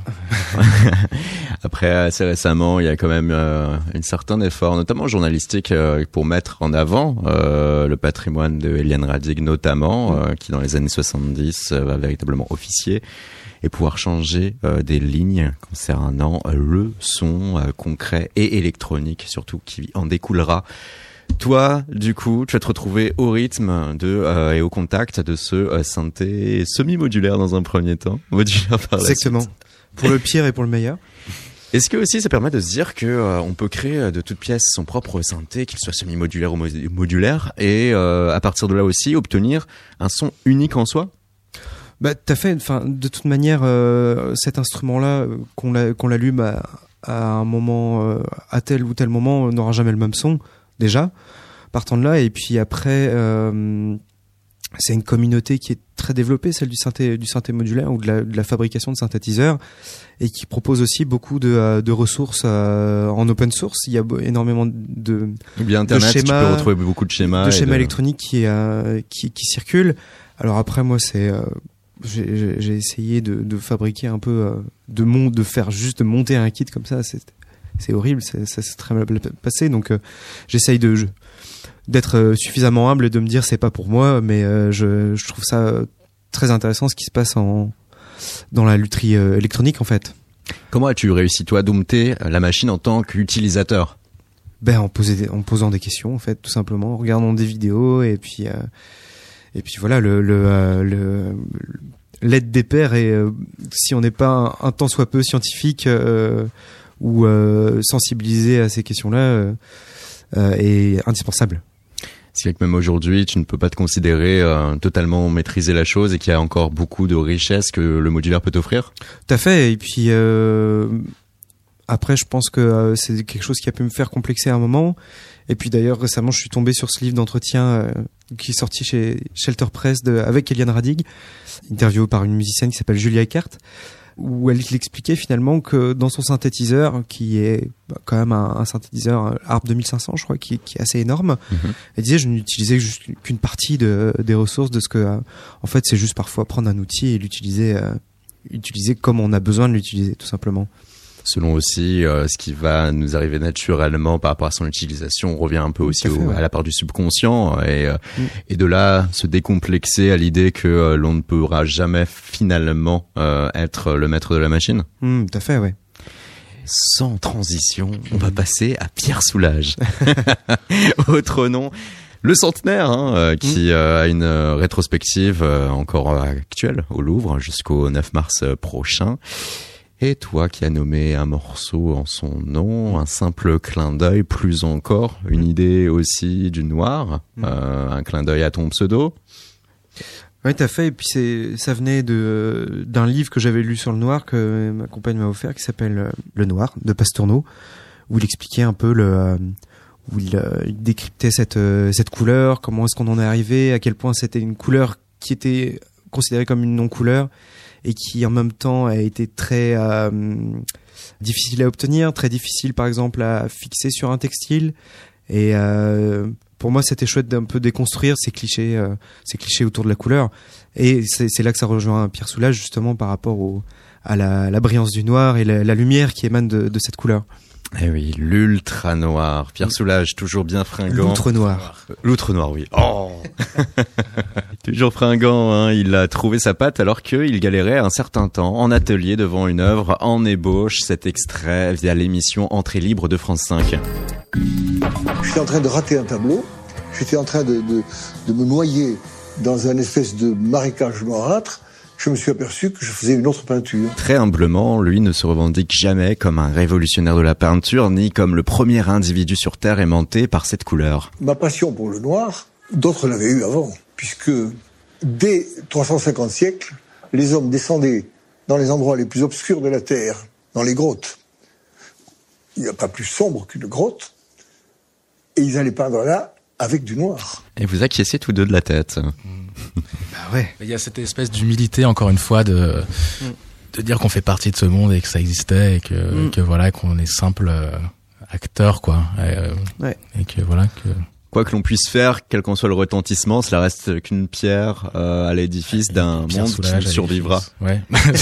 Après, assez récemment, il y a quand même euh, un certain effort, notamment journalistique, euh, pour mettre en avant euh, le patrimoine de Eliane Radig, notamment, euh, qui dans les années soixante-dix euh, va véritablement officier et pouvoir changer euh, des lignes concernant euh, le son euh, concret et électronique, surtout qui en découlera. Toi, du coup, tu vas te retrouver au rythme de euh, et au contact de ce euh, synthé semi-modulaire dans un premier temps, modulaire par la Exactement. suite. Pour le pire et pour le meilleur. Est-ce que aussi ça permet de se dire que euh, on peut créer euh, de toute pièce son propre synthé, qu'il soit semi-modulaire ou mo- modulaire, et euh, à partir de là aussi obtenir un son unique en soi? Bah, t'as fait. Enfin, de toute manière, euh, cet instrument-là, euh, qu'on l'a- qu'on l'allume à, à un moment, euh, à tel ou tel moment, euh, n'aura jamais le même son. Déjà, partant de là, et puis après, euh, c'est une communauté qui est très développée, celle du synthé, du synthé modulaire ou de la, de la fabrication de synthétiseurs, et qui propose aussi beaucoup de, euh, de ressources euh, en open source. Il y a bo- énormément de, Ou bien Internet, de schémas- tu peux retrouver beaucoup de schémas. de et schémas électroniques qui, euh, qui, qui circulent. Alors après, moi, c'est euh, j'ai, j'ai- j'ai essayé de, de fabriquer un peu, euh, de mon, de faire juste de monter un kit comme ça. C'est c'est horrible, c'est, ça s'est très mal passé. Donc euh, j'essaye de je- d'être euh, suffisamment humble et de me dire c'est pas pour moi, mais euh, je, je trouve ça euh, très intéressant ce qui se passe en dans la lutherie euh, électronique en fait. Comment as-tu réussi toi à dompter la machine en tant qu'utilisateur? Ben en, poser, en posant des questions en fait, tout simplement, en regardant des vidéos et puis euh, et puis voilà le le, euh, le l'aide des pairs et euh, si on n'est pas un, un tant soit peu scientifique euh, ou euh, sensibilisé à ces questions-là euh, euh, est indispensable. C'est que même aujourd'hui, tu ne peux pas te considérer euh, totalement maîtriser la chose et qu'il y a encore beaucoup de richesses que le modulaire peut t'offrir. Tout à fait. Et puis euh, après, je pense que euh, c'est quelque chose qui a pu me faire complexer à un moment. Et puis d'ailleurs, récemment, je suis tombé sur ce livre d'entretien euh, qui est sorti chez Shelter Press de, avec Eliane Radig, interviewée par une musicienne qui s'appelle Julia Eckert, où elle expliquait finalement que dans son synthétiseur, qui est bah, quand même un, un synthétiseur un Harp deux mille cinq cents, je crois, qui, qui est assez énorme, mm-hmm. elle disait je n'utilisais juste qu'une partie de, des ressources de ce que, euh, en fait, c'est juste parfois prendre un outil et l'utiliser, euh, utiliser comme on a besoin de l'utiliser, tout simplement. Selon aussi euh, ce qui va nous arriver naturellement par rapport à son utilisation, on revient un peu aussi au, ouais. à la part du subconscient et, euh, mm. et de là se décomplexer à l'idée que euh, l'on ne pourra jamais finalement euh, être le maître de la machine. Mm, tout à fait, ouais. Sans transition, on va passer à Pierre Soulages. Autre nom. Le centenaire, hein, euh, qui euh, a une euh, rétrospective euh, encore actuelle au Louvre jusqu'au neuf mars euh, prochain. Et toi qui as nommé un morceau en son nom, un simple clin d'œil, plus encore, une idée aussi du noir, mmh. euh, un clin d'œil à ton pseudo. Oui, t'as fait. Et puis c'est, ça venait de d'un livre que j'avais lu sur le noir que ma compagne m'a offert, qui s'appelle Le Noir de Pastourneau, où il expliquait un peu le, où il, il décryptait cette cette couleur, comment est-ce qu'on en est arrivé, à quel point c'était une couleur qui était considérée comme une non-couleur. Et qui en même temps a été très euh, difficile à obtenir, très difficile par exemple à fixer sur un textile. Et euh, pour moi, c'était chouette d'un peu déconstruire ces clichés, euh, ces clichés autour de la couleur. Et c'est, c'est là que ça rejoint Pierre Soulages justement par rapport au, à la, la brillance du noir et la, la lumière qui émane de, de cette couleur. Eh oui, l'ultra noir. Pierre Soulages, toujours bien fringant. L'outre noir. L'outre noir, oui. Oh. Toujours fringant, hein. Il a trouvé sa patte alors qu'il galérait un certain temps en atelier devant une œuvre en ébauche. Cet extrait via l'émission Entrée libre de France cinq. J'étais en train de rater un tableau. J'étais en train de, de, de me noyer dans un espèce de marécage noirâtre. Je me suis aperçu que je faisais une autre peinture. Très humblement, lui ne se revendique jamais comme un révolutionnaire de la peinture, ni comme le premier individu sur Terre aimanté par cette couleur. Ma passion pour le noir, d'autres l'avaient eu avant, puisque dès trois cent cinquante siècles, les hommes descendaient dans les endroits les plus obscurs de la Terre, dans les grottes. Il n'y a pas plus sombre qu'une grotte, et ils allaient peindre là avec du noir. Et vous acquiescez tous deux de la tête. Bah ouais. Il y a cette espèce d'humilité, encore une fois, de, mm. de dire qu'on fait partie de ce monde et que ça existait et que, mm. que voilà, qu'on est simple euh, acteur, quoi. Et, euh, ouais. et que voilà, que... Quoi que l'on puisse faire, quel qu'en soit le retentissement, cela reste qu'une pierre euh, à l'édifice d'un monde Soulages, qui survivra. Ouais.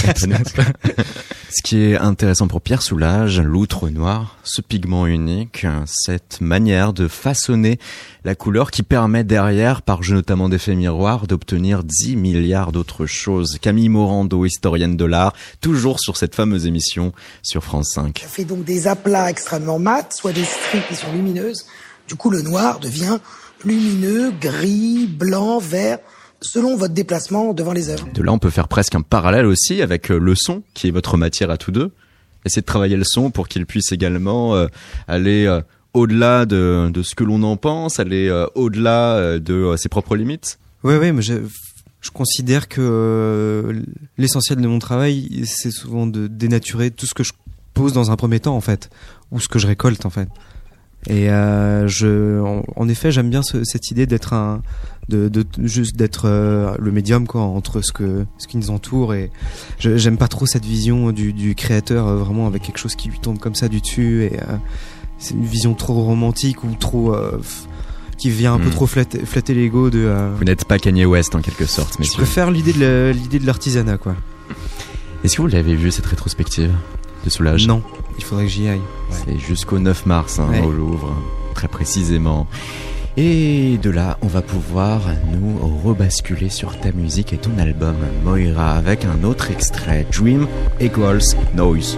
Ce qui est intéressant pour Pierre Soulages, l'outre noir, ce pigment unique, cette manière de façonner la couleur qui permet derrière, par jeu notamment d'effets miroirs, d'obtenir dix milliards d'autres choses. Camille Morando, historienne de l'art, toujours sur cette fameuse émission sur France cinq. Ça fait donc des aplats extrêmement mat, soit des strips qui sont lumineuses. Du coup, le noir devient lumineux, gris, blanc, vert, selon votre déplacement devant les œuvres. De là, on peut faire presque un parallèle aussi avec le son, qui est votre matière à tous deux. Essayez de travailler le son pour qu'il puisse également euh, aller euh, au-delà de, de ce que l'on en pense, aller euh, au-delà euh, de euh, ses propres limites. Oui, oui, mais je, je considère que euh, l'essentiel de mon travail, c'est souvent de dénaturer tout ce que je pose dans un premier temps, en fait, ou ce que je récolte, en fait. Et euh, je, en, en effet, j'aime bien ce, cette idée d'être un, de, de juste d'être euh, le médium, quoi, entre ce que, ce qui nous entoure. Et je, j'aime pas trop cette vision du, du créateur, euh, vraiment avec quelque chose qui lui tombe comme ça du dessus. Et euh, c'est une vision trop romantique ou trop, euh, f- qui vient un mmh. peu trop flatter, flatter l'ego de. Euh, Vous n'êtes pas Kanye West en quelque sorte, messieurs. Je préfère l'idée de la, l'idée de l'artisanat, quoi. Est-ce que vous l'avez vu cette rétrospective de Soulages? Non. Il faudrait que j'y aille. Ouais. C'est jusqu'au neuf mars, hein, ouais. au Louvre, très précisément. Et de là, on va pouvoir nous rebasculer sur ta musique et ton album Moira avec un autre extrait, Dream Equals Noise.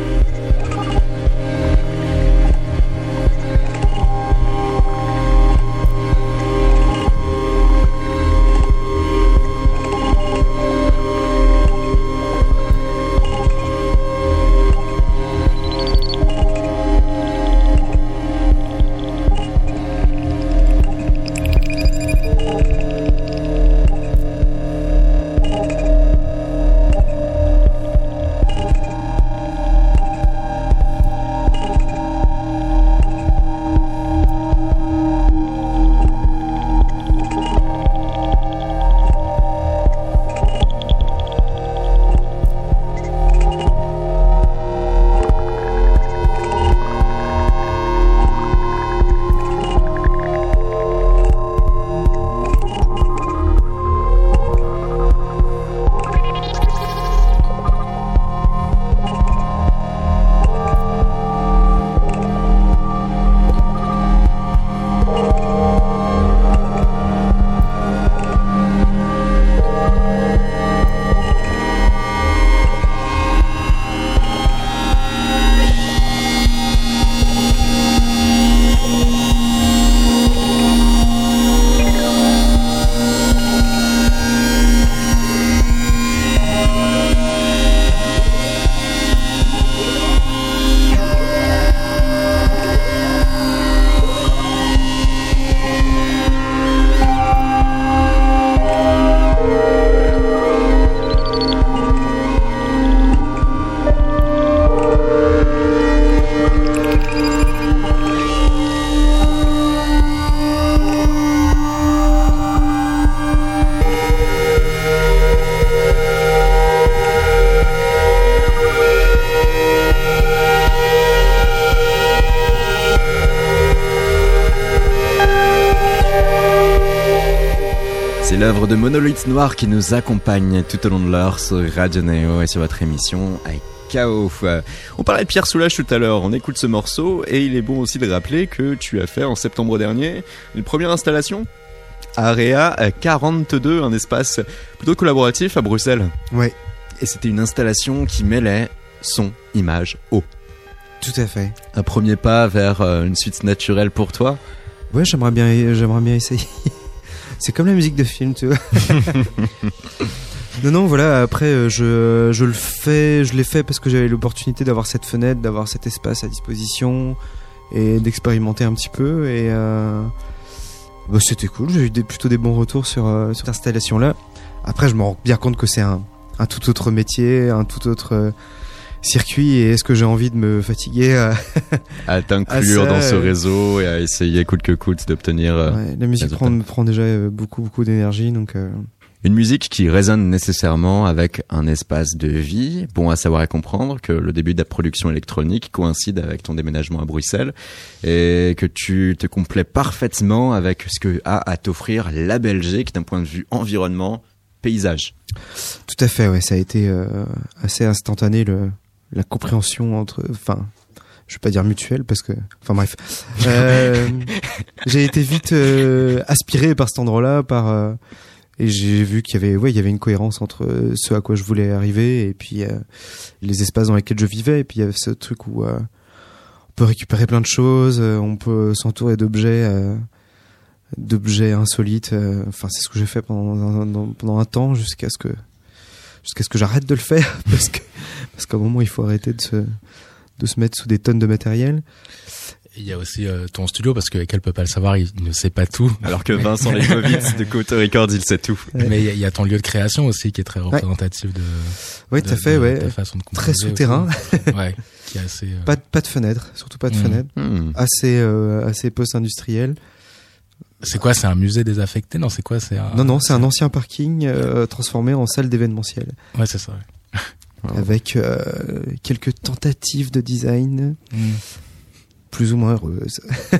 C'est l'œuvre de Monolith Noir qui nous accompagne tout au long de l'heure sur Radio Néo et sur votre émission avec K O. On parlait de Pierre Soulages tout à l'heure, on écoute ce morceau et il est bon aussi de rappeler que tu as fait en septembre dernier une première installation à Area quarante-deux, un espace plutôt collaboratif à Bruxelles. Ouais. Et c'était une installation qui mêlait son, image, eau. Tout à fait. Un premier pas vers une suite naturelle pour toi. Ouais, j'aimerais bien, j'aimerais bien essayer. C'est comme la musique de film, tu vois. non, non, voilà, après, je, je le fais, je l'ai fait parce que j'avais l'opportunité d'avoir cette fenêtre, d'avoir cet espace à disposition et d'expérimenter un petit peu. Et euh, bah, c'était cool, j'ai eu des, plutôt des bons retours sur, euh, sur cette installation-là. Après, je me rends bien compte que c'est un, un tout autre métier, un tout autre euh, circuit. Et est-ce que j'ai envie de me fatiguer à, à t'inclure à ça, dans ce réseau et à essayer coûte que coûte d'obtenir... Euh, ouais, la musique prend, prend déjà beaucoup, beaucoup d'énergie, donc... Euh... Une musique qui résonne nécessairement avec un espace de vie. Bon à savoir et comprendre que le début de la production électronique coïncide avec ton déménagement à Bruxelles et que tu te complais parfaitement avec ce que a à t'offrir la Belgique d'un point de vue environnement, paysage. Tout à fait, ouais, ça a été euh, assez instantané le, la compréhension entre... Enfin, je vais pas dire mutuelle parce que... Enfin bref. Euh, j'ai été vite euh, aspiré par cet endroit-là, par... Euh, Et j'ai vu qu'il y avait, ouais, il y avait une cohérence entre ce à quoi je voulais arriver et puis euh, les espaces dans lesquels je vivais. Et puis il y avait ce truc où euh, on peut récupérer plein de choses, euh, on peut s'entourer d'objets, euh, d'objets insolites. Euh, enfin, c'est ce que j'ai fait pendant un, pendant un temps jusqu'à ce que jusqu'à ce que j'arrête de le faire parce que parce qu'à un moment il faut arrêter de se de se mettre sous des tonnes de matériel. Il y a aussi euh, ton studio, parce que Ekel peut pas le savoir, il ne sait pas tout. Alors que Vincent Leibovitz de Coto Records, il sait tout. Ouais. Mais il y, y a ton lieu de création aussi qui est très représentatif de, ouais, de, tout à fait, de, ouais. de ta façon de composer. Très souterrain. Ouais, qui est assez... Euh... Pas, de, pas de fenêtre, surtout pas de mmh. fenêtre. Mmh. Assez, euh, assez post-industriel. C'est quoi, c'est un musée désaffecté? Non, c'est quoi, c'est un... Non, non, c'est un ancien parking euh, transformé en salle d'événementiel. Ouais, c'est ça, ouais. Avec euh, quelques tentatives de design... Mmh. plus ou moins heureuse.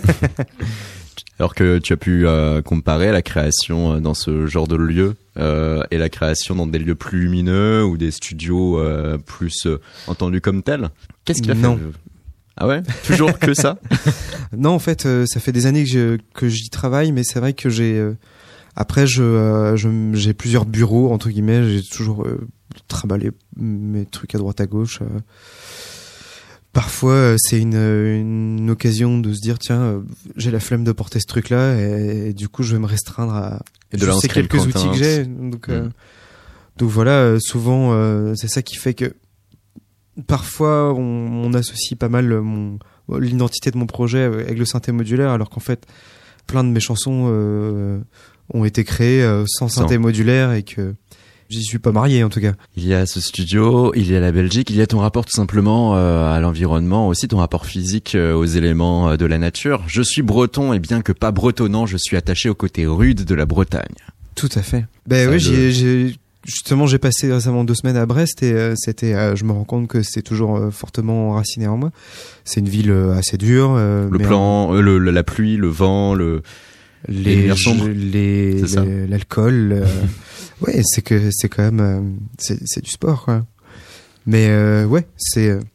Alors que tu as pu euh, comparer la création dans ce genre de lieu euh, et la création dans des lieux plus lumineux ou des studios euh, plus euh, entendus comme tels. Qu'est-ce qui a fait non. Ah ouais, toujours que ça. Non, en fait, euh, ça fait des années que, je, que j'y travaille, mais c'est vrai que j'ai euh, après je, euh, je j'ai plusieurs bureaux entre guillemets, j'ai toujours euh, trimballé mes trucs à droite à gauche. Euh. Parfois, euh, c'est une, une occasion de se dire tiens, euh, j'ai la flemme de porter ce truc-là et, et du coup, je vais me restreindre à et de ces quelques outils que j'ai. Donc, mmh. euh, donc voilà, euh, souvent, euh, c'est ça qui fait que parfois, on, on associe pas mal mon, l'identité de mon projet avec le synthé modulaire, alors qu'en fait, plein de mes chansons euh, ont été créées euh, sans synthé sans. modulaire et que j'y suis pas marié en tout cas. Il y a ce studio, il y a la Belgique, il y a ton rapport tout simplement euh, à l'environnement, aussi ton rapport physique euh, aux éléments euh, de la nature. Je suis breton et bien que pas bretonnant, je suis attaché au côté rude de la Bretagne. Tout à fait. Ben oui, le... j'ai, j'ai justement j'ai passé récemment deux semaines à Brest et euh, c'était, euh, je me rends compte que c'est toujours euh, fortement enraciné en moi. C'est une ville euh, assez dure. Euh, le plan, euh, le, la pluie, le vent, le les les, les l'alcool. Euh, ouais, c'est que c'est quand même euh, c'est c'est du sport quoi. Mais euh, ouais, c'est euh,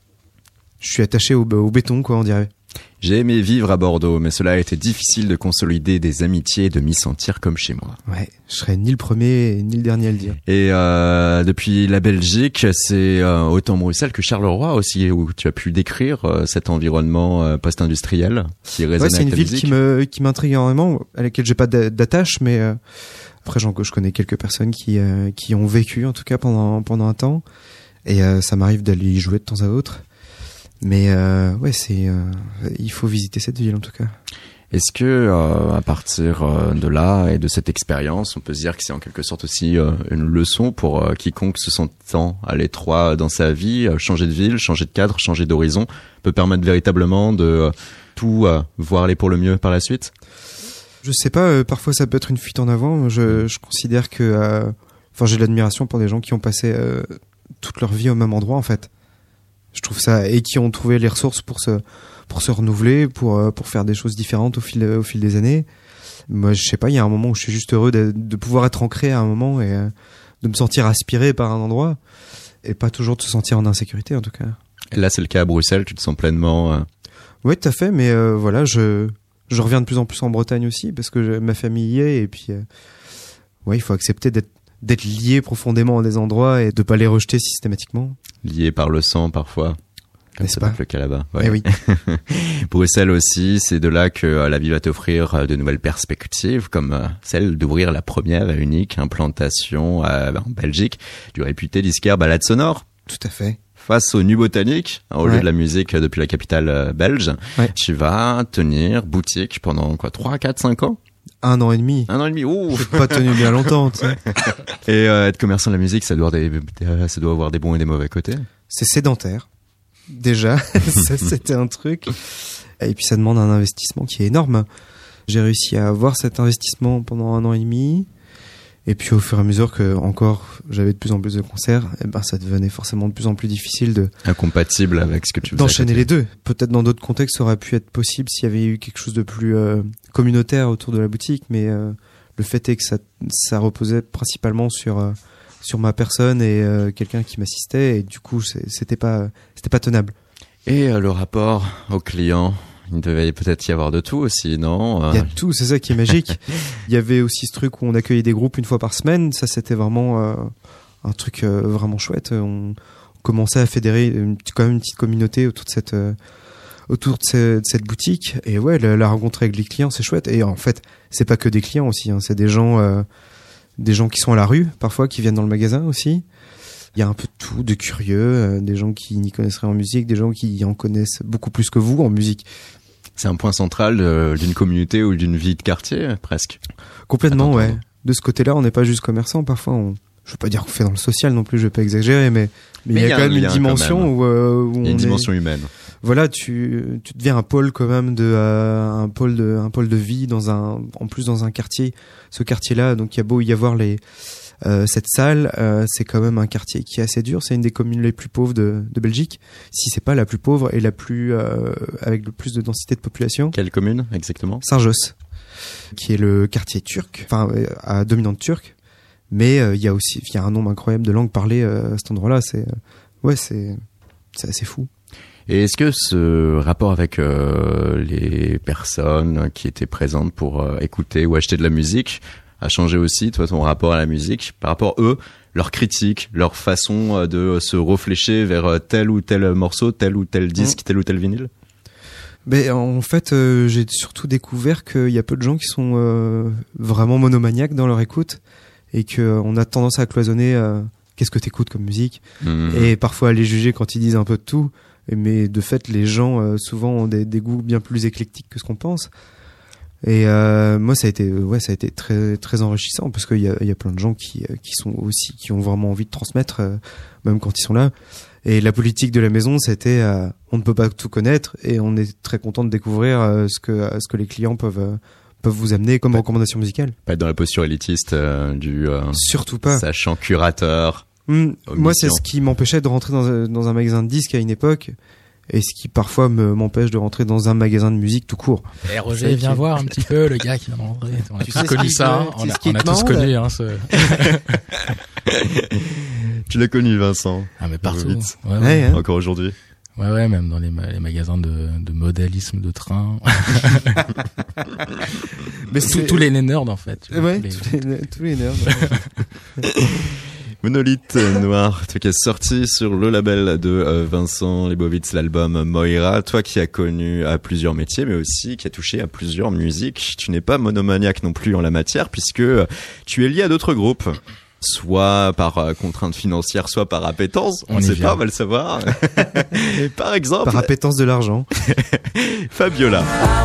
je suis attaché au, au béton quoi, on dirait. J'ai aimé vivre à Bordeaux, mais cela a été difficile de consolider des amitiés et de m'y sentir comme chez moi. Ouais, je serais ni le premier ni le dernier à le dire. Et euh, depuis la Belgique, c'est euh, autant Bruxelles que Charleroi aussi, où tu as pu décrire euh, cet environnement euh, post-industriel qui résonne ouais, c'est avec une ta ville musique. qui me qui m'intrigue énormément, à laquelle j'ai pas d'attache, mais euh, après j'en, je connais quelques personnes qui euh, qui ont vécu en tout cas pendant pendant un temps, et euh, ça m'arrive d'aller y jouer de temps à autre. Mais euh, ouais, c'est euh, il faut visiter cette ville en tout cas. Est-ce que euh, à partir euh, de là et de cette expérience, on peut se dire que c'est en quelque sorte aussi euh, une leçon pour euh, quiconque se sentant à l'étroit dans sa vie, euh, changer de ville, changer de cadre, changer d'horizon, peut permettre véritablement de euh, tout euh, voir aller pour le mieux par la suite? Je sais pas, euh, parfois ça peut être une fuite en avant. Je, je considère que, euh, enfin, j'ai de l'admiration pour des gens qui ont passé euh, toute leur vie au même endroit en fait. Je trouve ça, et qui ont trouvé les ressources pour se pour se renouveler, pour pour faire des choses différentes au fil au fil des années. Moi, je sais pas, il y a un moment où je suis juste heureux de, de pouvoir être ancré à un moment et euh, de me sentir aspiré par un endroit et pas toujours de se sentir en insécurité en tout cas. Et là, c'est le cas à Bruxelles, tu te sens pleinement. Euh... Oui, tout à fait, mais euh, voilà, je je reviens de plus en plus en Bretagne aussi parce que je, ma famille y est et puis euh, ouais, il faut accepter d'être d'être lié profondément à des endroits et de pas les rejeter systématiquement. Lié par le sang parfois, comme N'est-ce c'est pas le cas là-bas. Ouais. Eh oui. Bruxelles aussi, c'est de là que euh, la vie va t'offrir de nouvelles perspectives, comme euh, celle d'ouvrir la première et unique implantation euh, en Belgique du réputé disquaire Balade Sonore. Tout à fait. Face au Nu Botanique, hein, au ouais. lieu de la musique euh, depuis la capitale euh, belge, ouais. tu vas tenir boutique pendant quoi, trois, quatre, cinq ans? Un an et demi. Un an et demi, ouh. J'ai pas tenu bien longtemps, tu sais. Et euh, être commerçant de la musique, ça doit, des, ça doit avoir des bons et des mauvais côtés. C'est sédentaire. Déjà, ça c'était un truc. Et puis ça demande un investissement qui est énorme. J'ai réussi à avoir cet investissement pendant un an et demi. Et puis au fur et à mesure que encore j'avais de plus en plus de concerts, et ben ça devenait forcément de plus en plus difficile de incompatible avec ce que tu faisais d'enchaîner les deux. Peut-être dans d'autres contextes ça aurait pu être possible s'il y avait eu quelque chose de plus euh, communautaire autour de la boutique, mais euh, le fait est que ça ça reposait principalement sur euh, sur ma personne et euh, quelqu'un qui m'assistait et du coup c'était pas c'était pas tenable. Et euh, le rapport au client, il devait peut-être y avoir de tout aussi, non? Il y a tout, c'est ça qui est magique. Il y avait aussi ce truc où on accueillait des groupes une fois par semaine. Ça, c'était vraiment euh, un truc euh, vraiment chouette. On, on commençait à fédérer une, quand même une petite communauté autour de cette euh, autour de, ce, de cette boutique. Et ouais, la, la rencontre avec les clients, c'est chouette. Et en fait, c'est pas que des clients aussi. Hein, c'est des gens, euh, des gens qui sont à la rue parfois, qui viennent dans le magasin aussi. Il y a un peu de tout, de curieux, euh, des gens qui n'y connaissent rien en musique, des gens qui en connaissent beaucoup plus que vous en musique. C'est un point central de, d'une communauté ou d'une vie de quartier, presque. Complètement, ouais. De ce côté-là, on n'est pas juste commerçant. Parfois, on, je veux pas dire qu'on fait dans le social non plus, je vais pas exagérer, mais, mais, mais il y a, y a quand même une dimension où, euh, où il y a une on dimension est, humaine. Voilà, tu, tu deviens un pôle quand même de, euh, un pôle de, un pôle de vie dans un, en plus dans un quartier. Ce quartier-là, donc il y a beau y avoir les, Euh, cette salle, euh, c'est quand même un quartier qui est assez dur. C'est une des communes les plus pauvres de, de Belgique, si c'est pas la plus pauvre et la plus euh, avec le plus de densité de population. Quelle commune exactement? Saint-Josse, qui est le quartier turc, enfin euh, à dominante turque. Mais il euh, y a aussi, il y a un nombre incroyable de langues parlées euh, à cet endroit-là. C'est euh, ouais, c'est c'est assez fou. Et est-ce que ce rapport avec euh, les personnes qui étaient présentes pour euh, écouter ou acheter de la musique a changé aussi, toi, ton rapport à la musique, par rapport eux, leur critique, leur façon de se réfléchir vers tel ou tel morceau, tel ou tel disque, mmh. tel ou tel vinyle? Ben, en fait, euh, j'ai surtout découvert qu'il y a peu de gens qui sont euh, vraiment monomaniaques dans leur écoute et qu'on a tendance à cloisonner euh, qu'est-ce que t'écoutes comme musique mmh. et parfois à les juger quand ils disent un peu de tout. Mais de fait, les gens euh, souvent ont des, des goûts bien plus éclectiques que ce qu'on pense. Et euh, moi, ça a été, ouais, ça a été très très enrichissant parce qu'il y a, il y a plein de gens qui qui sont aussi qui ont vraiment envie de transmettre, euh, même quand ils sont là. Et la politique de la maison, c'était, euh, on ne peut pas tout connaître et on est très content de découvrir euh, ce que euh, ce que les clients peuvent euh, peuvent vous amener comme recommandation musicale. Pas être dans la posture élitiste euh, du euh, surtout pas sachant curateur. Mmh, moi, c'est ce qui m'empêchait de rentrer dans un, dans un magasin de disques à une époque. Et ce qui parfois me, m'empêche de rentrer dans un magasin de musique tout court. Et hey, Roger, viens voir un petit peu le gars qui vient de rentrer. On a tous connu ça, hein. on a, on a tous connu hein, ce... Tu l'as connu, Vincent? Ah mais partout. Vite. Ouais, ouais. Ouais, hein. Encore aujourd'hui. Ouais ouais, même dans les, ma- les magasins de, de modélisme de train. Mais c'est... Tous les nerds en fait. Ouais, tous les, tous les, tous les nerds. Monolithe Noir, toi qui es sorti sur le label de euh, Vincent Leibowitz, l'album Moira, toi qui as connu à plusieurs métiers, mais aussi qui a touché à plusieurs musiques. Tu n'es pas monomaniaque non plus en la matière, puisque tu es lié à d'autres groupes. Soit par euh, contrainte financière, soit par appétence. On ne sait pas, on va le savoir. Et par exemple... Par appétence de l'argent. Fabiola.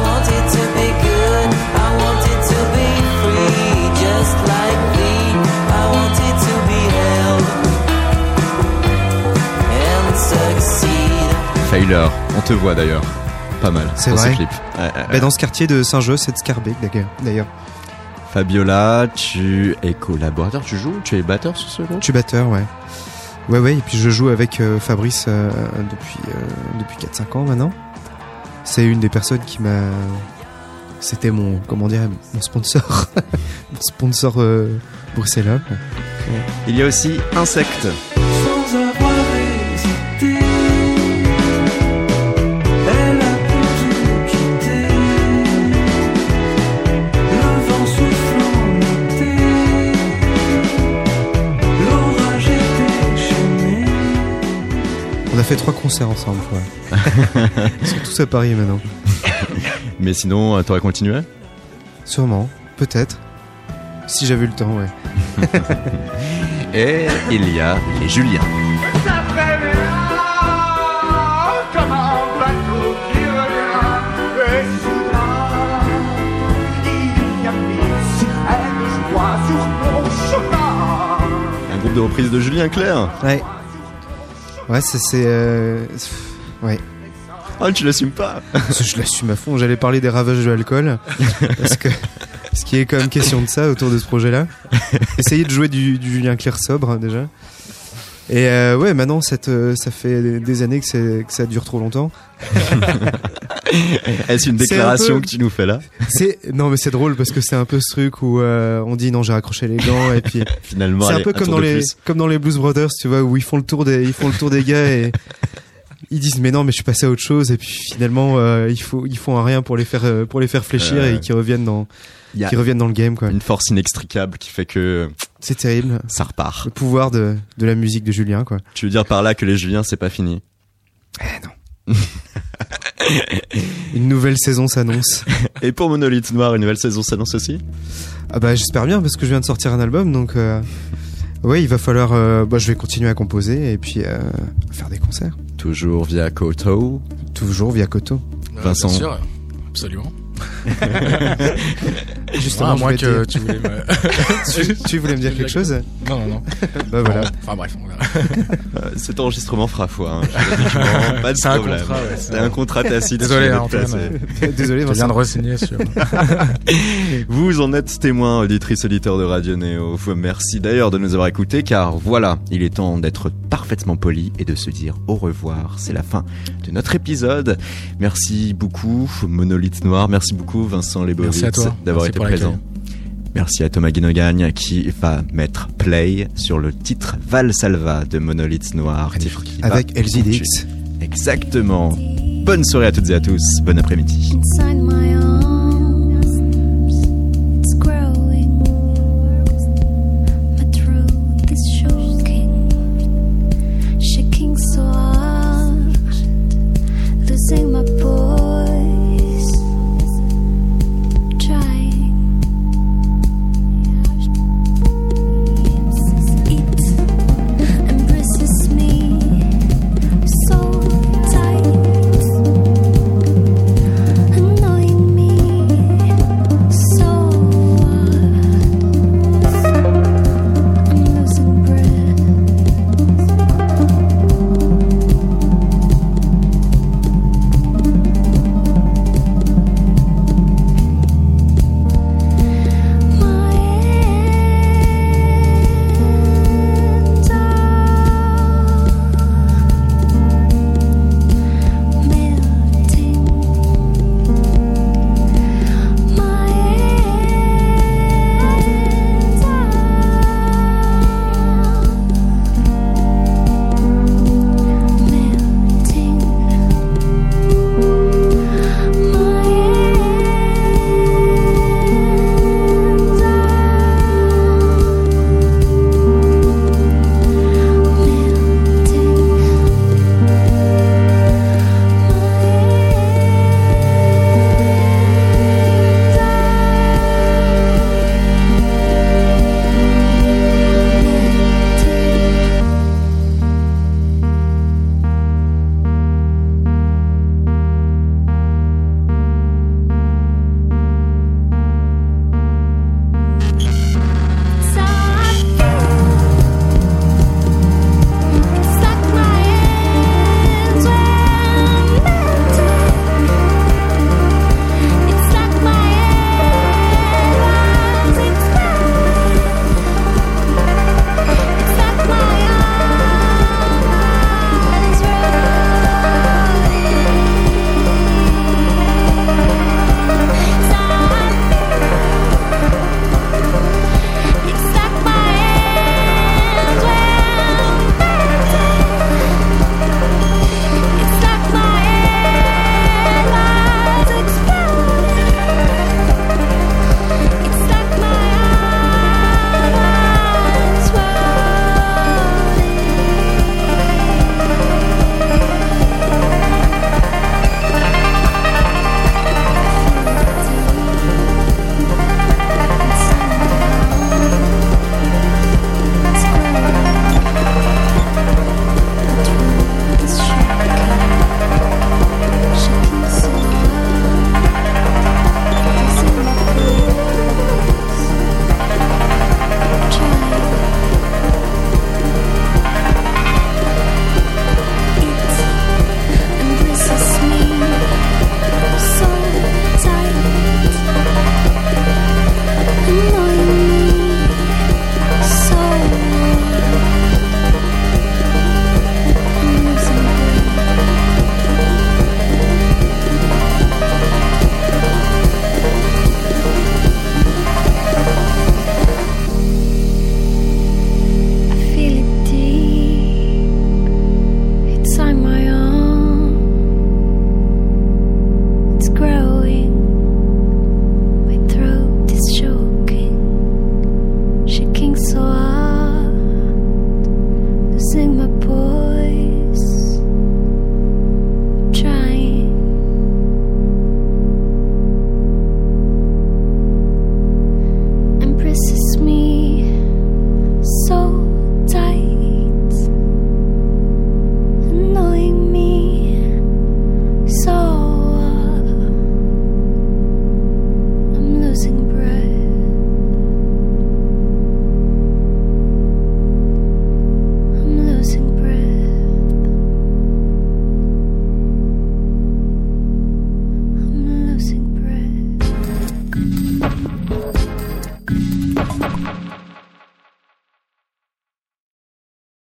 Failer, on te voit d'ailleurs. Pas mal. C'est dans vrai. Ce clip. Ouais, ouais, bah, dans ce quartier de Saint-Jean, c'est de Scarbeck d'ailleurs. Fabiola, tu es collaborateur, tu joues, tu es batteur sur ce groupe? Tu es batteur, ouais. Ouais, ouais, et puis je joue avec euh, Fabrice euh, depuis, euh, depuis quatre cinq ans maintenant. C'est une des personnes qui m'a... C'était mon, comment dire, mon sponsor. Mon sponsor euh, bruxellois. Ouais. Il y a aussi Insecte. Sans avoir hésité, elle a pu tout quitter. Le vent soufflant l'été, l'orage est déchaîné. On a fait trois concerts ensemble, ouais. Ils sont tous à Paris maintenant. Mais sinon, t'aurais continué? Sûrement, peut-être. Si j'avais eu le temps, ouais. Et il y a les Juliens. Ça fait là, comme un bateau qui revient. Et soudain, il y a mille sirènes de joie sur mon chemin. Un groupe de reprises de Julien Clerc. Ouais. Ouais, c'est... c'est euh... Ouais. Oh, tu l'assumes pas? Je l'assume à fond. J'allais parler des ravages de l'alcool. Parce que... Ce qui est quand même question de ça autour de ce projet-là. Essayer de jouer du, du Julien Clerc sobre, déjà. Et euh, ouais, maintenant, cette, euh, ça fait des années que, c'est, que ça dure trop longtemps. Est-ce une déclaration peu... que tu nous fais là? C'est Non, mais c'est drôle parce que c'est un peu ce truc où euh, on dit non, j'ai raccroché les gants et puis finalement, c'est allez, un peu comme dans les plus. comme dans les Blues Brothers, tu vois, où ils font le tour des ils font le tour des gars et ils disent mais non, mais je suis passé à autre chose et puis finalement euh, il faut ils font un rien pour les faire euh, pour les faire fléchir euh... et qu'ils reviennent dans qui reviennent dans le game, quoi. Une force inextricable qui fait que c'est terrible. Ça repart. Le pouvoir de de la musique de Julien, quoi. Tu veux dire par là que les Juliens c'est pas fini? Eh non. Une nouvelle saison s'annonce. Et pour Monolithe Noir, une nouvelle saison s'annonce aussi? Ah bah j'espère bien parce que je viens de sortir un album, donc euh, ouais, il va falloir. Euh, bah je vais continuer à composer et puis euh, faire des concerts. Toujours via Koto. Toujours via Koto. Euh, Vincent. Bien sûr, absolument. Justement, ah, moi que tu voulais me... tu, tu voulais me dire quelque chose? Non, non, non. Bah voilà. Non, enfin bref, on verra. Euh, cet enregistrement fera foi. Hein. Pas de c'est problème. Un contrat, ouais, c'est un contrat tacite. Désolé, Antoine. Désolé, Vincent. Je viens de re-signer sur... Vous en êtes témoin, auditrice, auditeur de Radio Néo. Merci d'ailleurs de nous avoir écoutés, car voilà, il est temps d'être parfaitement poli et de se dire au revoir. C'est la fin de notre épisode. Merci beaucoup, Monolithe Noir. Merci beaucoup, Vincent Leibowitz, d'avoir Merci été présent. Merci à Thomas Guinogagne qui va mettre play sur le titre Valsalva de Monolithe Noir. Avec Elsie Dix. Exactement. Bonne soirée à toutes et à tous. Bon après-midi. Inside my arms.